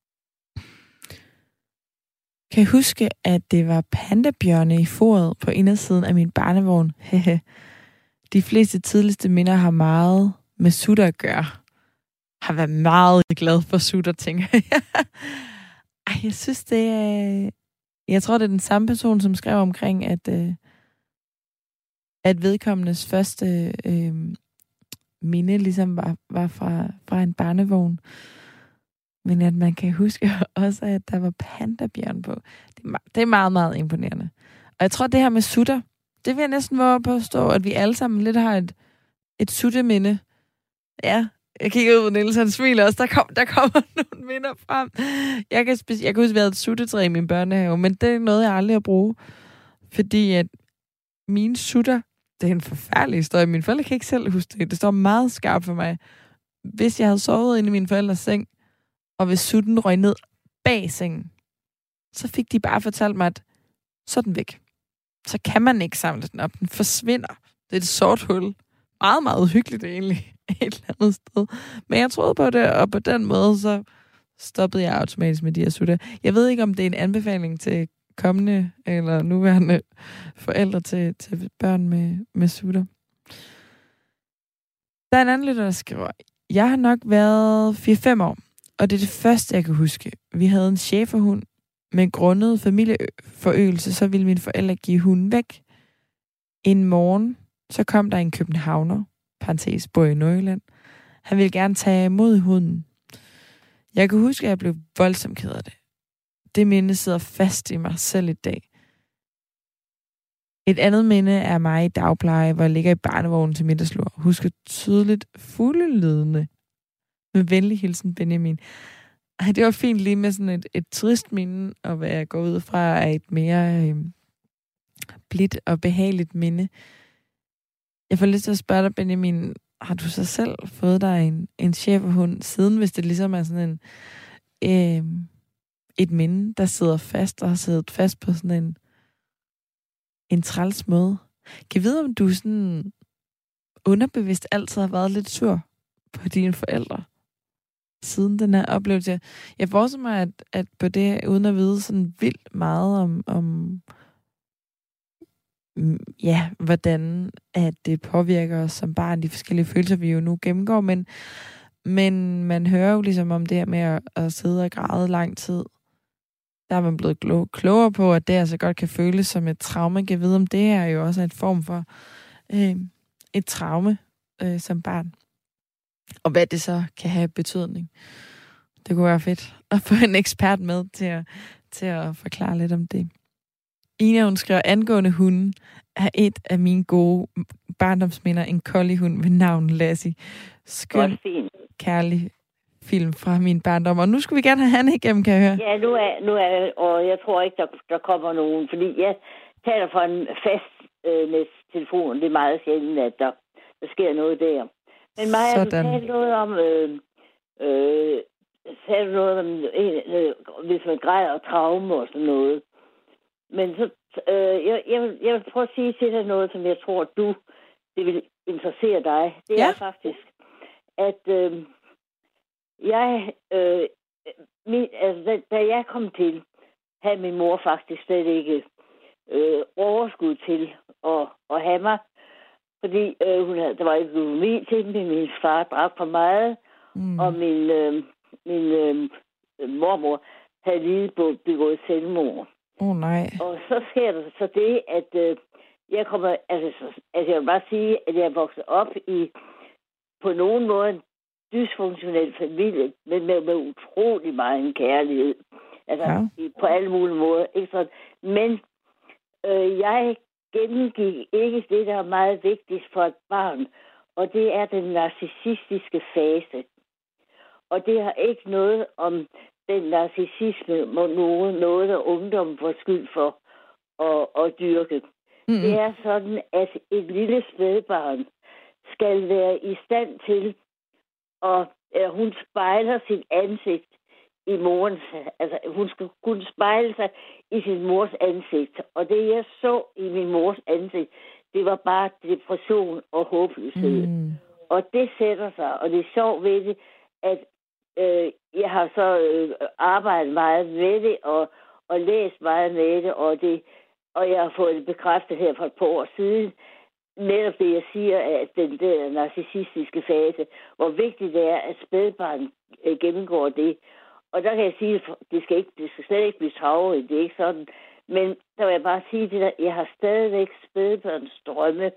Kan jeg huske, at det var pandabjørne i foret på indersiden af min barnevogn? De fleste tidligste minder har meget med sutter at gøre. Har været meget glad for sutter, tænker jeg. Ej, jeg synes, det er... Jeg tror, det er den samme person, som skrev omkring, at, øh, at vedkommendes første øh, minde ligesom var, var fra, fra en barnevogn. Men at man kan huske også, at der var pandabjørn på. Det er, det er meget, meget imponerende. Og jeg tror, det her med sutter, det vil jeg næsten våge på at stå, at vi alle sammen lidt har et, et sutteminde. Ja, jeg kigger ud på Niels, han smiler også. Der, kom, der kommer nogle minder frem. Jeg kan, speci- jeg kan huske, at vi havde et suttetræ i min børnehave, men det er noget, jeg aldrig har brugt. Fordi at mine sutter, det er en forfærdelig historie. Mine forældre kan ikke selv huske det. Det står meget skarpt for mig. Hvis jeg havde sovet inde i min forældres seng, og hvis sutten røg ned bag sengen, så fik de bare fortalt mig, at så er den væk. Så kan man ikke samle den op. Den forsvinder. Det er et sort hul. Meget, meget uhyggeligt egentlig. Et eller andet sted. Men jeg troede på det, og på den måde, så stoppede jeg automatisk med de her sutter. Jeg ved ikke, om det er en anbefaling til kommende eller nuværende forældre til, til børn med, med sutter. Der er en anden lytter, der skriver, jeg har nok været fire fem år, og det er det første, jeg kan huske. Vi havde en schæferhund. Med grundet familieforøgelse, så ville mine forældre give hunden væk. En morgen, så kom der en københavner, parentes bor i Nordjylland. Han ville gerne tage imod hunden. Jeg kan huske, at jeg blev voldsomt ked af det. Det minde sidder fast i mig selv i dag. Et andet minde er mig i dagpleje, hvor jeg ligger i barnevognen til middagslur. Husker tydeligt fuglelydende. Med venlig hilsen, Benjamin. Ej, det var fint lige med sådan et, et trist minde, og hvad jeg går ud fra er et mere øh, blidt og behageligt minde. Jeg får lyst til at spørge dig, Benjamin, har du så selv fået dig en, en schæferhund siden, hvis det ligesom er sådan en øh, et minde, der sidder fast og har siddet fast på sådan en en træls måde? Kan jeg vide, om du sådan underbevidst altid har været lidt sur på dine forældre? siden den her oplevelse. Jeg forestiller mig, at, at på det, uden at vide sådan vildt meget om, om ja, hvordan at det påvirker os som barn, de forskellige følelser, vi jo nu gennemgår, men, men man hører jo ligesom om det her med at, at sidde og græde lang tid. Der er man blevet klogere på, at det altså godt kan føles som et traume. Jeg kan vide, om det er jo også en form for øh, et traume øh, som barn. Og hvad det så kan have betydning. Det kunne være fedt at få en ekspert med til at, til at forklare lidt om det. Ina, hun skriver, angående hunden er et af mine gode barndomsminder en colliehund ved navn Lassie. Skøn, kærlig film fra min barndom. Og nu skulle vi gerne have Hanne igennem, kan jeg høre. Ja, nu er, nu er og jeg tror ikke, der, der kommer nogen, fordi jeg taler fra en fast øh, med telefonen. Det er meget sjældent, at der, der sker noget der. Men Maja, du talte noget om, øh, øh, talte noget om øh, hvis man græder og traume og sådan noget. Men så, øh, jeg, jeg, vil, jeg vil prøve at sige til dig noget, som jeg tror, du, det vil interessere dig. Det ja. er faktisk, at øh, jeg, øh, min, altså, da, da jeg kom til, havde min mor faktisk slet ikke øh, overskud til at, at have mig. Fordi øh, hun havde, der var ikke økonomi til den, min far drak for meget, mm. og min, øh, min øh, mormor havde lige begået selvmord. Åh oh, nej. Og så sker der så det, at øh, jeg kommer, altså, altså jeg vil bare sige, at jeg er vokset op i på nogen måde en dysfunktionel familie, men med, med utrolig meget kærlighed. Altså ja. i, på alle mulige måder. Ikke sådan. Men øh, jeg gennemgik ikke det, der er meget vigtigt for et barn, og det er den narcissistiske fase. Og det har ikke noget om den narcissisme, noget, noget der ungdommen får skyld for at, at dyrke. Mm-hmm. Det er sådan, at et lille spædbarn skal være i stand til, at eller hun spejler sit ansigt i morens, altså hun skal kunne spejle sig i sin mors ansigt. Og det jeg så i min mors ansigt, det var bare depression og håbløshed. Mm. Og det sætter sig, og det er sjovt ved det, at øh, jeg har så øh, arbejdet meget med det, og, og læst meget med det, og, det, og jeg har fået det bekræftet her for et par år siden, netop det, jeg siger, at den der narcissistiske fase, hvor vigtigt det er, at spædbarn øh, gennemgår det. Og der kan jeg sige, at det skal, ikke, det skal slet ikke blive travlt, det er ikke sådan. Men der vil jeg bare sige det der, jeg har stadigvæk spædbørns drømme.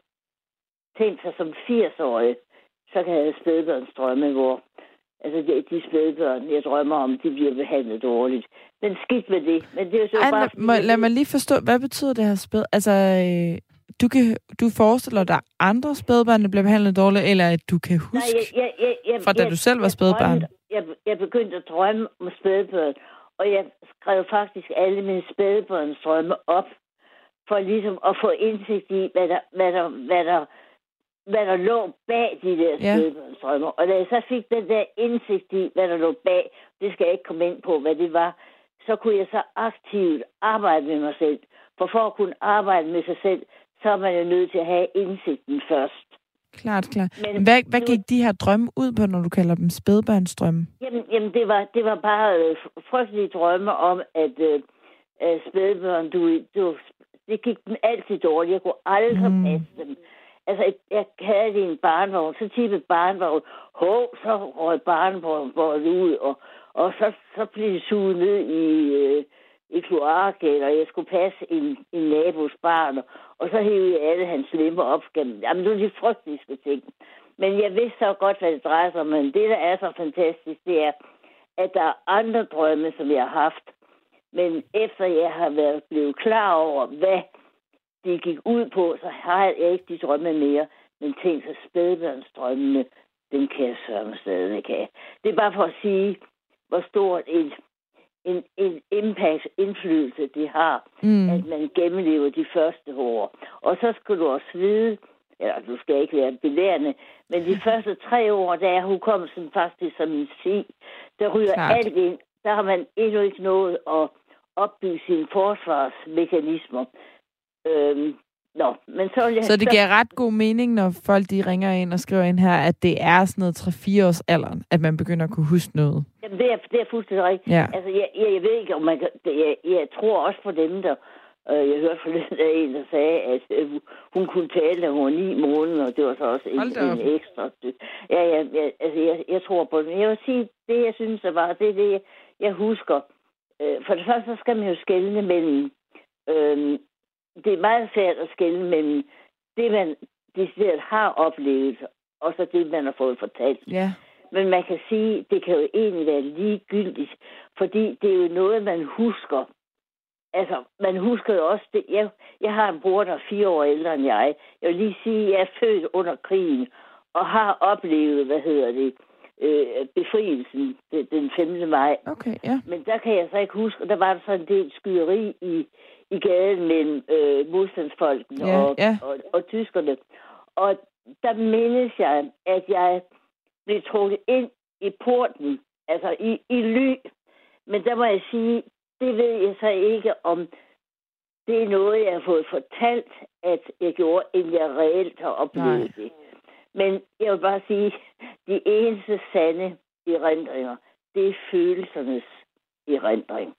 Tænk sig som firs-årig, så kan jeg have spædbørns drømme, hvor altså de, de spædbørn, jeg drømmer om, de bliver behandlet dårligt. Men skidt med det. Men det er jo så Ej, bare... Må, lad mig lige forstå, hvad betyder det her spæd? Altså, øh, du, kan, du forestiller dig, at andre spædbørn bliver behandlet dårligt, eller at du kan huske, Nej, jeg, jeg, jeg, jeg, fra da jeg, du selv var spædbarn? Jeg, jeg begyndte at drømme om spædbørn, og jeg skrev faktisk alle mine spædbørns drømme op, for ligesom at få indsigt i, hvad der, hvad der, hvad der, hvad der lå bag de der ja. spædbørns drømme. Og da jeg så fik den der indsigt i, hvad der lå bag, det skal jeg ikke komme ind på, hvad det var, så kunne jeg så aktivt arbejde med mig selv. For for at kunne arbejde med sig selv, så er man jo nødt til at have indsigten først. Klart, klart. Men hvad, hvad gik de her drømme ud på, når du kalder dem spædbørnsdrømme? Jamen, jamen det, var, det var bare øh, frygtelige drømme om, at øh, spædbørn, du, du, det gik dem altid dårligt. Jeg kunne aldrig mm. passe dem. Altså, jeg havde det i en barnevogn, så tippede barnevogn, hov, så røg barnevogn ud, og, og så, så blev det suget ned i... Øh, i kloakken, og jeg skulle passe en, en nabos barn, og så hævde jeg alle hans lemmer op gennem. Jamen, det er de frygteligste ting. Men jeg vidste så godt, hvad det drejer sig om, men det, der er så fantastisk, det er, at der er andre drømme, som jeg har haft. Men efter jeg har været blevet klar over, hvad de gik ud på, så har jeg ikke de drømme mere. Men tænk så spædbørnsdrømmene, den kan jeg sørge stadig have. Det er bare for at sige, hvor stort et En, en impact, indflydelse, det har, mm. at man gennemlever de første år. Og så skal du også vide, eller du skal ikke være belærende, men de første tre år, der er hukommelsen faktisk som en si. Der ryger Klart. alt ind. Der har man endnu ikke nået at opbygge sine forsvarsmekanismer. Øhm, Nå, men så... Jeg, så det giver ret god mening, når folk de ringer ind og skriver ind her, at det er sådan noget tre fire års alderen, at man begynder at kunne huske noget. Jamen, det er, det er fuldstændig rigtigt. Ja. Altså, jeg, jeg, jeg ved ikke, om man kan... Det, jeg, jeg tror også for dem, der... Øh, jeg hørte forleden af en, der sagde, at øh, hun kunne tale, da hun var ni måneder, og det var så også en, en ekstra... Ja, ja, ja, altså, jeg, jeg tror på det. Jeg vil sige, det jeg synes, der var, det er det, jeg husker. Øh, for det første, så skal man jo skelne mellem... Øh, det er meget svært at skelne mellem det, man decideret har oplevet, og så det, man har fået fortalt. Ja. Men man kan sige, det kan jo egentlig være ligegyldigt, fordi det er jo noget, man husker. Altså, man husker jo også det. Jeg, jeg har en bror, der er fire år ældre end jeg. Jeg vil lige sige, at jeg er født under krigen, og har oplevet, hvad hedder det, øh, befrielsen den femte maj. Okay, ja. Men der kan jeg så ikke huske, og der var der så en del skyderi i, i gaden mellem øh, modstandsfolkene ja, og, ja. Og, og, og tyskerne. Og der mindes jeg, at jeg blev trukket ind i porten, altså i, i ly. Men der må jeg sige, det ved jeg så ikke, om det er noget, jeg har fået fortalt, at jeg gjorde, end jeg reelt har oplevet Nej. det. Men jeg vil bare sige, de eneste sande erindringer, det er følelsernes erindring.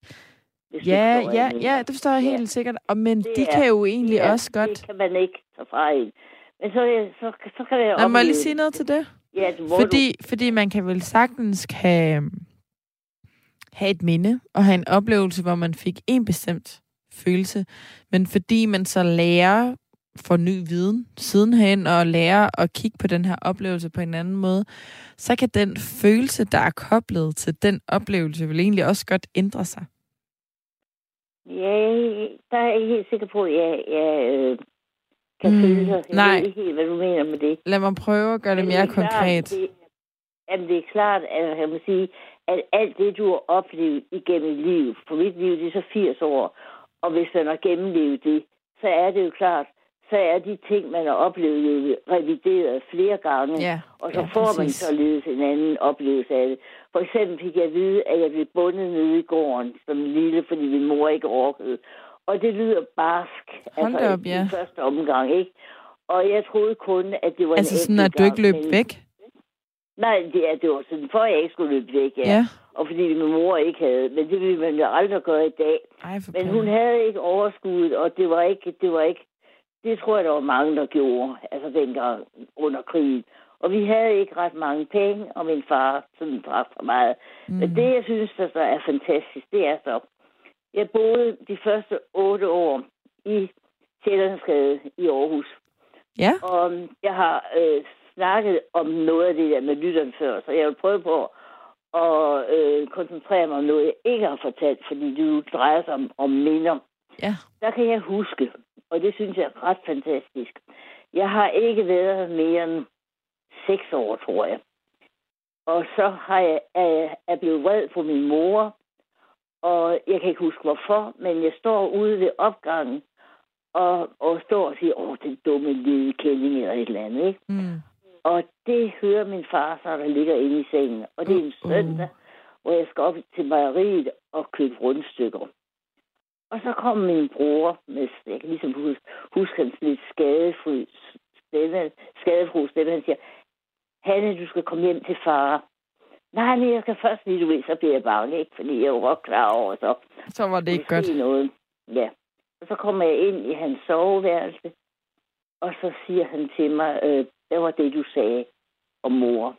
Ja, ja, ja, det forstår jeg helt ja. sikkert. Og, men det de er, kan jo egentlig ja, også godt... det kan man ikke tage fra en. Men så, så, så kan jeg Nå, må jeg lige sige noget til det? Ja, det må fordi, du. fordi man kan vel sagtens kan have et minde og have en oplevelse, hvor man fik en bestemt følelse. Men fordi man så lærer for ny viden sidenhen og lærer at kigge på den her oplevelse på en anden måde, så kan den følelse, der er koblet til den oplevelse, vel egentlig også godt ændre sig. Ja, der er jeg ikke helt sikker på, at jeg, jeg øh, kan mm, føle sig. Jeg nej. ved ikke helt, hvad du mener med det. Lad mig prøve at gøre det Men mere det konkret. Klart, det, jamen, det er klart, at jeg må sige, at alt det, du har oplevet igennem livet, for mit liv, det er så firs år, og hvis man har gennemlevet det, så er det jo klart, så er de ting, man har oplevet, jo revideret flere gange, ja, og så ja, får præcis. man således en anden oplevelse af det. For eksempel fik jeg at vide, at jeg blev bundet nede i gården som lille, fordi min mor ikke orkede. Og det lyder barsk, Hold altså op, ja. i første omgang, ikke? Og jeg troede kun, at det var altså en sådan, at du ikke løb men... væk? Nej, det, er, det var sådan, for at jeg ikke skulle løbe væk, ja. ja. Og fordi min mor ikke havde, men det ville man jo aldrig gøre i dag. Ej, men hun havde ikke overskuddet, og det var ikke, det var ikke, det tror jeg, der var mange, der gjorde, altså dengang under krigen. Og vi havde ikke ret mange penge, og min far sådan drak for meget. Mm. Men det, jeg synes, der så er fantastisk, det er så, jeg boede de første otte år i Sjællandsgade i Aarhus. Ja. Og jeg har øh, snakket om noget af det der med lytteren før, så jeg vil prøve på at øh, koncentrere mig om noget, jeg ikke har fortalt, fordi det drejer sig om, om minder. Ja. Der kan jeg huske, og det synes jeg er ret fantastisk. Jeg har ikke været mere end seks år, tror jeg. Og så har jeg, er, er blevet vred på min mor, og jeg kan ikke huske hvorfor, men jeg står ude ved opgangen, og, og står og siger, åh, den dumme lille kælling eller et eller andet, ikke? Mm. Og det hører min far så, der ligger inde i sengen. Og det er en søndag, uh. hvor jeg skal op til mejeriet og købe rundstykker. Og så kom min bror med, jeg kan ligesom huske, huske hans lidt skadefri stemme, skadefru stemme, han siger, Hanne, du skal komme hjem til far. Nej, men jeg skal først lige, du ved, så bliver jeg bange, ikke? Fordi jeg er jo godt klar over, så... Så var det ikke godt. Noget. Ja. Og så kommer jeg ind i hans soveværelse, og så siger han til mig, øh, det var det, du sagde om mor.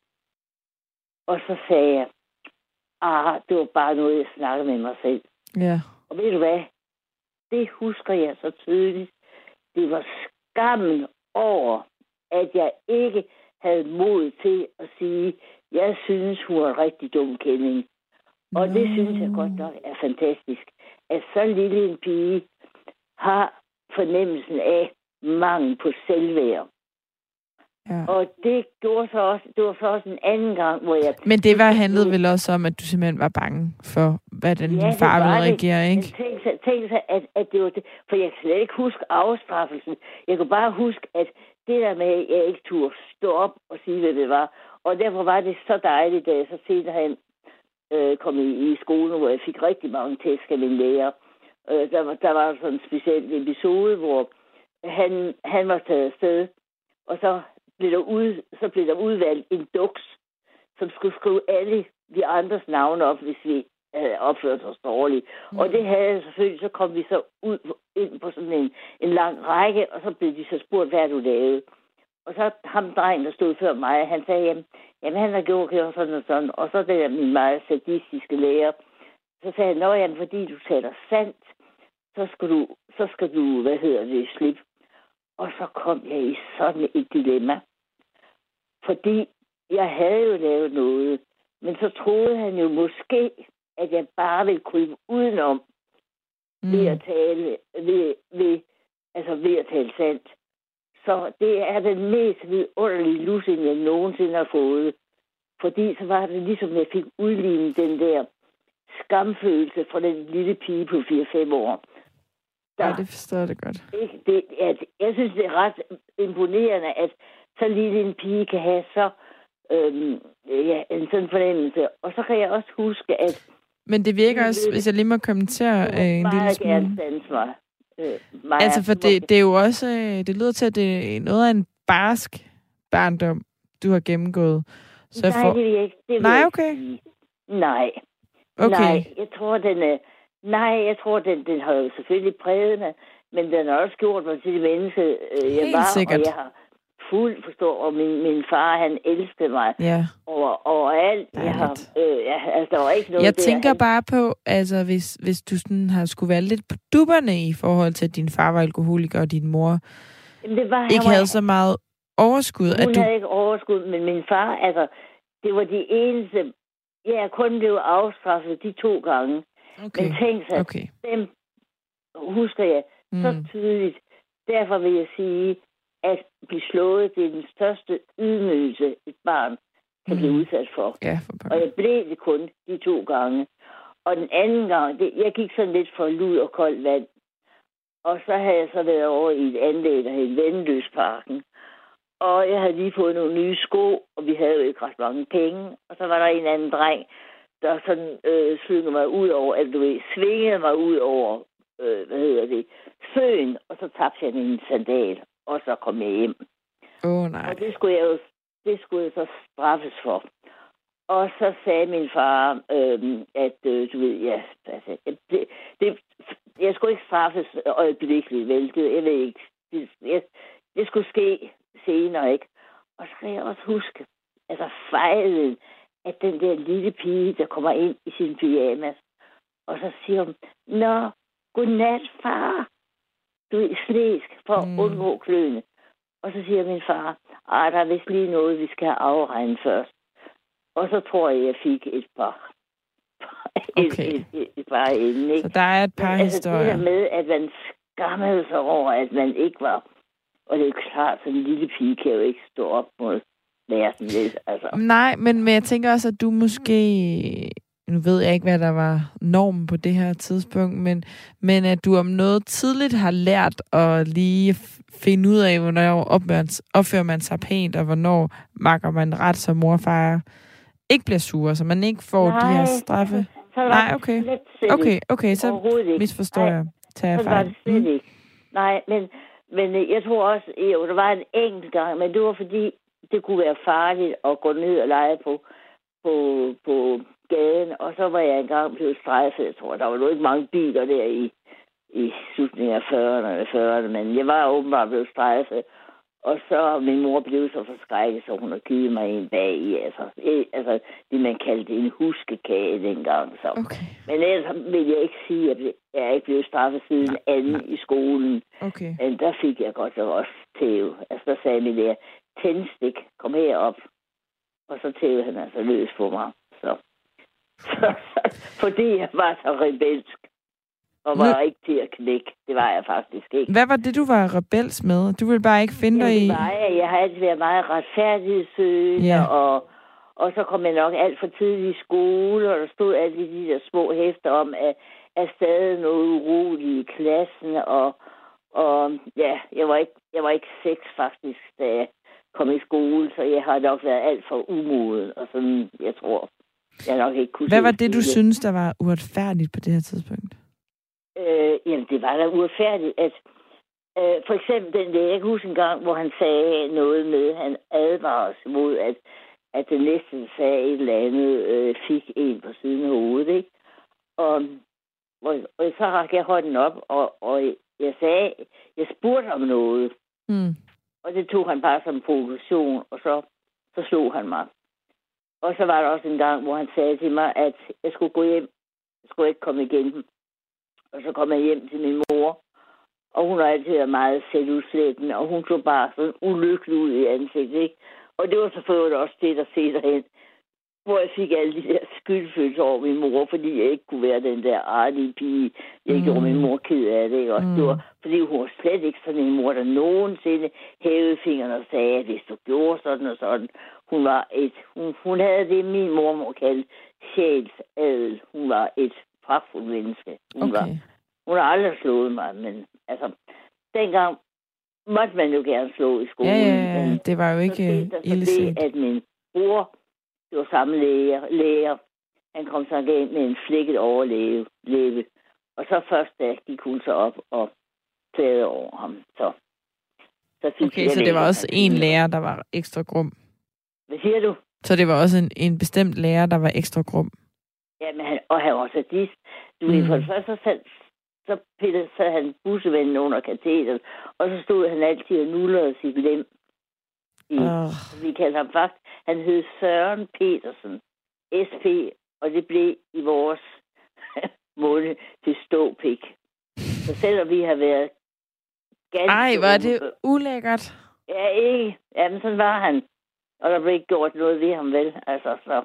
Og så sagde jeg, ah, det var bare noget, jeg snakkede med mig selv. Ja. Og ved du hvad? Det husker jeg så tydeligt. Det var skammen over, at jeg ikke havde mod til at sige, jeg synes, hun er en rigtig dum kending. Og no. det synes jeg godt nok er fantastisk, at så lille en pige har fornemmelsen af mangel på selvværd. Ja. Og det gjorde så også, det var så også en anden gang, hvor jeg... Men det var handlede vel også om, at du simpelthen var bange for, hvad den ja, far ville reagere, ikke? Men tænk sig, tænk sig at, at det var det. For jeg kan slet ikke huske afstraffelsen. Jeg kunne bare huske, at det der med, at jeg ikke turde stå op og sige, hvad det var. Og derfor var det så dejligt, da jeg så senere hen øh, kom i, i skolen, hvor jeg fik rigtig mange tæsk af min lærer. Øh, der, var, der var sådan en speciel episode, hvor han, han var taget afsted, og så blev der, ud, så blev der udvalgt en duks, som skulle skrive alle de andres navne op, hvis vi havde opført os dårligt. Mm. Og det havde selvfølgelig, så kom vi så ud ind på sådan en, en lang række, og så blev de så spurgt, hvad du lavede. Og så ham drengen, der stod før mig, han sagde, jamen, jamen han har gjort, gjort sådan og sådan. Og så der min meget sadistiske lærer, så sagde han, nå jamen, fordi du taler sandt, så skal du, så skal du, hvad hedder det, slippe. Og så kom jeg i sådan et dilemma. Fordi jeg havde jo lavet noget, men så troede han jo måske, at jeg bare ville krybe udenom mm. ved at tale, ved, ved, altså ved at tale sandt. Så det er den mest vidunderlige lussing, jeg nogensinde har fået. Fordi så var det ligesom, jeg fik udlignet den der skamfølelse fra den lille pige på fire fem år. Der, ja, det forstår jeg det godt. Det, det, at, jeg synes, det er ret imponerende, at så lille en pige kan have så øhm, ja, en sådan fornemmelse. Og så kan jeg også huske, at... Men det virker også, hvis jeg lige må kommentere øh, en lille smule... Meget gerne mig. Øh, Maja, altså, for det, det er jo også... Øh, det lyder til, at det er noget af en barsk barndom, du har gennemgået. Så nej, for... det vil jeg ikke. Det vil nej, jeg okay. ikke. Nej. Okay. Nej, jeg tror, den er... Nej, jeg tror, den, den har jo selvfølgelig præget mig, men den har også gjort mig til det menneske, øh, jeg Helt var, sikkert. Og jeg har fuldt forstået, og min, min far, han elskede mig ja. over, overalt. Jeg har, øh, ja, altså, der var ikke noget jeg der, tænker han... bare på, altså, hvis, hvis du sådan har skulle være lidt på dupperne i forhold til, at din far var alkoholiker, og din mor Jamen, det var, ikke var... havde så meget overskud. Hun at du... havde ikke overskud, men min far, altså, det var de eneste... Jeg kun blev afstraffet de to gange. Okay. Men tænk sig, okay. dem husker jeg mm. så tydeligt. Derfor vil jeg sige, at blive slået, det er den største ydmygelse, et barn kan mm. blive udsat for. Ja, for og jeg blev det kun de to gange. Og den anden gang, det, jeg gik sådan lidt for lud og koldt vand. Og så havde jeg så været over i et anlæg, der hed Vendeløsparken. Og jeg havde lige fået nogle nye sko, og vi havde jo ikke ret mange penge. Og så var der en anden dreng, der sådan øh, svingede mig ud over, at du ved, svingede mig ud over, øh, hvad hedder det, søen, og så tabte jeg min sandal, og så kom jeg hjem. Åh, oh, nej. Og det skulle jeg jo, det skulle jeg så straffes for. Og så sagde min far, øh, at øh, du ved, ja, altså, det, det, jeg skulle ikke straffes øjeblikkeligt, vel, det, jeg ved ikke, det, jeg, det skulle ske senere, ikke? Og så kan jeg også huske, altså fejlen, at den der lille pige, der kommer ind i sin pyjamas, og så siger hun, nå, godnat, far. Du er slæsk for at mm. undgå kløene. Og så siger min far, ah, der er vist lige noget, vi skal have afregnet først. Og så tror jeg, jeg fik et par. Okay. et, et, et par inden, ikke? Så der er et par altså, historier. Det der med, at man skammede sig over, at man ikke var. Og det er jo klart, at en lille pige kan jo ikke stå op mod verden lidt. Altså. Nej, men, men jeg tænker også, at du måske... Nu ved jeg ikke, hvad der var normen på det her tidspunkt, men, men at du om noget tidligt har lært at lige finde ud af, hvornår opfører man sig pænt, og hvornår makker man ret, så mor og far ikke bliver sure, så man ikke får Nej, de her straffe. Nej, okay. Okay, okay, så misforstår Nej, jeg. Tager jeg fejl. Var det slet mm. ikke. Nej, men, men jeg tror også, jo, der var en enkelt gang, men det var fordi, det kunne være farligt at gå ned og lege på, på, på gaden, og så var jeg engang blevet strejfet. Jeg tror, der var jo ikke mange biler der i, i slutningen af fyrrerne, men jeg var åbenbart blevet strejfet. Og så min mor blev så forskrækket, så hun har givet mig en bag i. Altså, altså det, man kaldte en huskekage dengang. Så. Okay. Men ellers vil jeg ikke sige, at jeg er ikke blevet straffet siden anden i skolen. Okay. Men der fik jeg godt også tæv. Altså, der sagde min lærer, tændstik, kom herop. Og så tævede han altså løs på mig. Så. Så, så, fordi jeg var så rebelsk. Og var nu... ikke til at knække. Det var jeg faktisk ikke. Hvad var det, du var rebels med? Du ville bare ikke finde dig i... Det var jeg. Jeg har altid været meget retfærdighedssøgende, yeah. og, og så kom jeg nok alt for tidligt i skole, og der stod alle de der små hæfter om, at er stadig noget uroligt i klassen, og, og ja, jeg var, ikke, jeg var ikke seks faktisk, da jeg kom i skole, så jeg har nok været alt for umoden, og sådan, jeg tror, jeg nok ikke kunne... Hvad var det, du synes, der var uretfærdigt på det her tidspunkt? Øh, jamen, det var da uretfærdigt, at Øh, for eksempel den der, jeg kan huske en gang, hvor han sagde noget med, han advarer os mod, at, at den næste, der sagde et eller andet, øh, fik en på siden af hovedet, ikke? Og, og, og så rakte jeg hånden op, og, og jeg sagde, jeg spurgte om noget. Mm. Og det tog han bare som provokation, og så, så slog han mig. Og så var der også en gang, hvor han sagde til mig, at jeg skulle gå hjem. Jeg skulle ikke komme igennem. Og så kom jeg hjem til min mor. Og hun har altid været meget selvudslættende, og hun så bare sådan ulykkelig ud i ansigtet, ikke? Og det var selvfølgelig også det, der set derhen, hvor jeg fik alle de der skyldfølelser over min mor, fordi jeg ikke kunne være den der artige pige. Jeg mm. gjorde min mor ked af det, ikke? Og mm. det var, fordi hun var slet ikke sådan en mor, der nogensinde hævede fingrene og sagde, at hvis du gjorde sådan og sådan. Hun var et, hun, hun havde det, min mor må kalde sjælsadel. Hun var et pragtfuldt menneske. Hun, okay. var, hun har aldrig slået mig, men altså, dengang måtte man jo gerne slå i skolen. Ja, ja, ja. Det var jo ikke illeset. At min bror, det var samme læger, læger, han kom så igen med en flækket overleve. Leve. Og så først, da gik hun så op og klagede over ham. Så, så okay, så det var også en lærer, der var ekstra grum? Hvad siger du? Så det var også en, en bestemt lærer, der var ekstra grum? Ja, men han, og han var sadist. Du ved, mm. for det første, så, så pillede så han bussevennen under katedret, og så stod han altid og nullede sit lem. I, oh. Vi kaldte ham faktisk, han hed Søren Petersen, S P, og det blev i vores måned til ståpik. Så selvom vi har været ganske... Ej, var det ulækkert? Ja, ikke. Jamen, sådan var han. Og der blev ikke gjort noget ved ham, vel? Altså, så...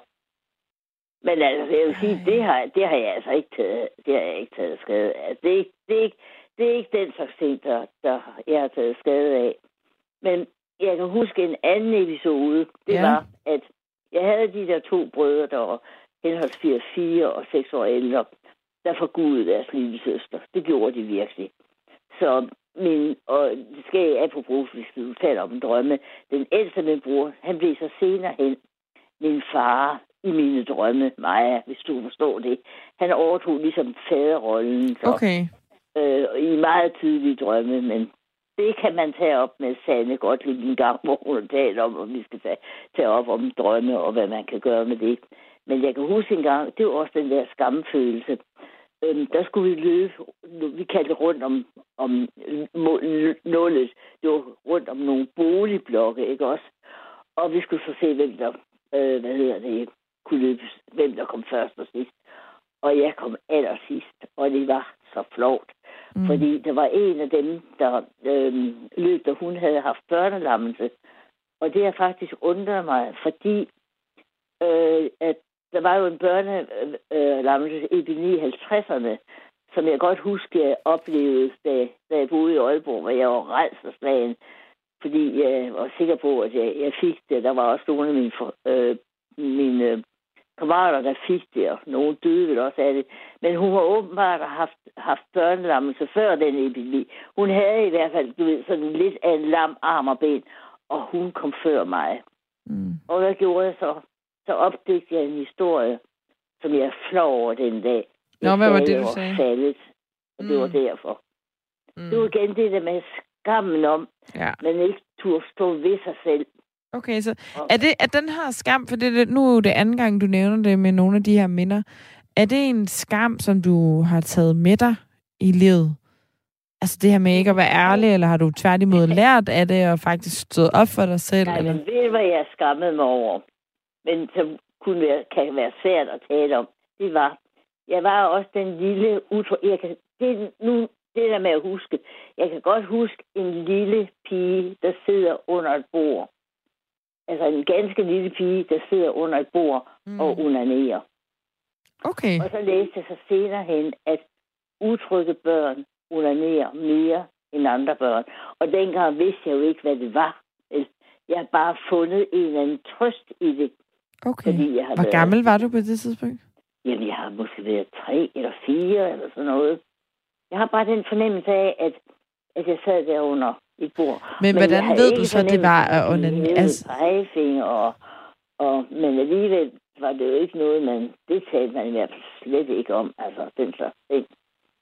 Men altså, jeg vil sige, det har, det har jeg altså ikke taget, det har jeg ikke taget skade af. Det er ikke, det er ikke, det er ikke den slags ting, der, der jeg har taget skade af. Men jeg kan huske en anden episode. Det ja. var, at jeg havde de der to brødre, der var henholdsvis fire og seks år ældre, der forgudede deres lille søster. Det gjorde de virkelig. Så min, og det skal jeg apropos, hvis du taler om drømme. Den ældste min bror, han blev så senere hen min far i mine drømme, Maja, hvis du forstår det. Han overtog ligesom faderrollen. Så, okay. Øh, i meget tidlige drømme, men det kan man tage op med Sanne godt lidt en gang, hvor hun har talt om, og vi skal tage, tage op om drømme, og hvad man kan gøre med det. Men jeg kan huske en gang, det var også den der skamfølelse. Øhm, der skulle vi løbe, vi kaldte det rundt om, om nullet. Det var rundt om nogle boligblokke, ikke også? Og vi skulle så se, hvem der, øh, hvad hedder det, kunne løbe, hvem der kom først og sidst. Og jeg kom allersidst, og det var så flovt. Mm. Fordi der var en af dem, der øh, løb, der hun havde haft børnelammelse. Og det har faktisk undret mig, fordi øh, at der var jo en børnelammelseepidemi i halvtredserne, som jeg godt husker, jeg oplevede, da, da jeg boede i Aalborg, hvor jeg var rædselsslagen, fordi jeg var sikker på, at jeg, jeg fik det. Der var også nogle af mine, øh, mine kammerater, der fik det, og nogle døde vel også af det. Men hun har åbenbart haft, haft børnelammelse før den epidemi. Hun havde i hvert fald, du ved, sådan lidt af en lam arm og ben, og hun kom før mig. Mm. Og hvad gjorde jeg så? Så opdagede jeg en historie, som jeg flår over den dag. Nå, hvad var det, du sagde? Faldet, og det mm. var derfor. Mm. Det var igen det der med skammen om, ja. Man ikke turde stå ved sig selv. Okay, så er, det, er den her skam, for det, nu er jo det anden gang, du nævner det med nogle af de her minder, er det en skam, som du har taget med dig i livet? Altså det her med ikke at være ærlig, eller har du tværtimod lært af det, og faktisk stået op for dig selv? Nej, eller? men ved du, hvad jeg skammede mig over? Men som kunne være, kan være svært at tale om, det var, jeg var også den lille utro... Jeg kan, det, nu, det der med at huske, jeg kan godt huske en lille pige, der sidder under et bord. Altså en ganske lille pige, der sidder under et bord mm. og onanerer. Okay. Og så læste jeg så senere hen, at utrygge børn onanerer mere end andre børn. Og dengang vidste jeg jo ikke, hvad det var. Jeg har bare fundet en eller anden trøst i det. Okay. Jeg har Hvor været... gammel var du på det tidspunkt? Jamen, jeg har måske været tre eller fire eller sådan noget. Jeg har bare den fornemmelse af, at, at jeg sad der under et bord. Men, men hvordan ved du så, det var at onanere? Altså... og, og, men alligevel var det jo ikke noget, man... Det talte man i hvert fald slet ikke om. Altså, den slags ting.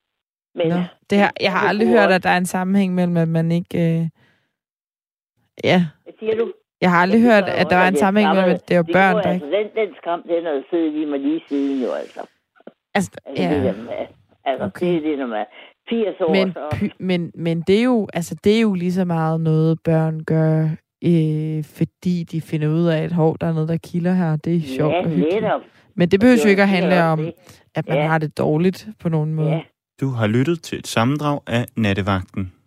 Men, Nå, det her, jeg har aldrig hørt, at der er en sammenhæng mellem, at man ikke... Øh... Ja. Hvad siger du? Jeg har aldrig ja, hørt, at der var en sammenhæng mellem, at det var børn, det der altså, ikke... Den, den skam, den har siddet lige mig lige siden jo, altså. Altså, altså ja. Det, der med, altså, Okay. det er det, når man er firs år, Men, så... py, men, men det, er jo, altså, det er jo lige så meget noget, børn gør, øh, fordi de finder ud af, at hov, der er noget, der kilder her. Det er sjovt ja, og hyggeligt. netop. Men det behøver jo ikke at Det er handle også om, det. at man Ja. har det dårligt på nogen måde. Ja. Du har lyttet til et sammendrag af Nattevagten.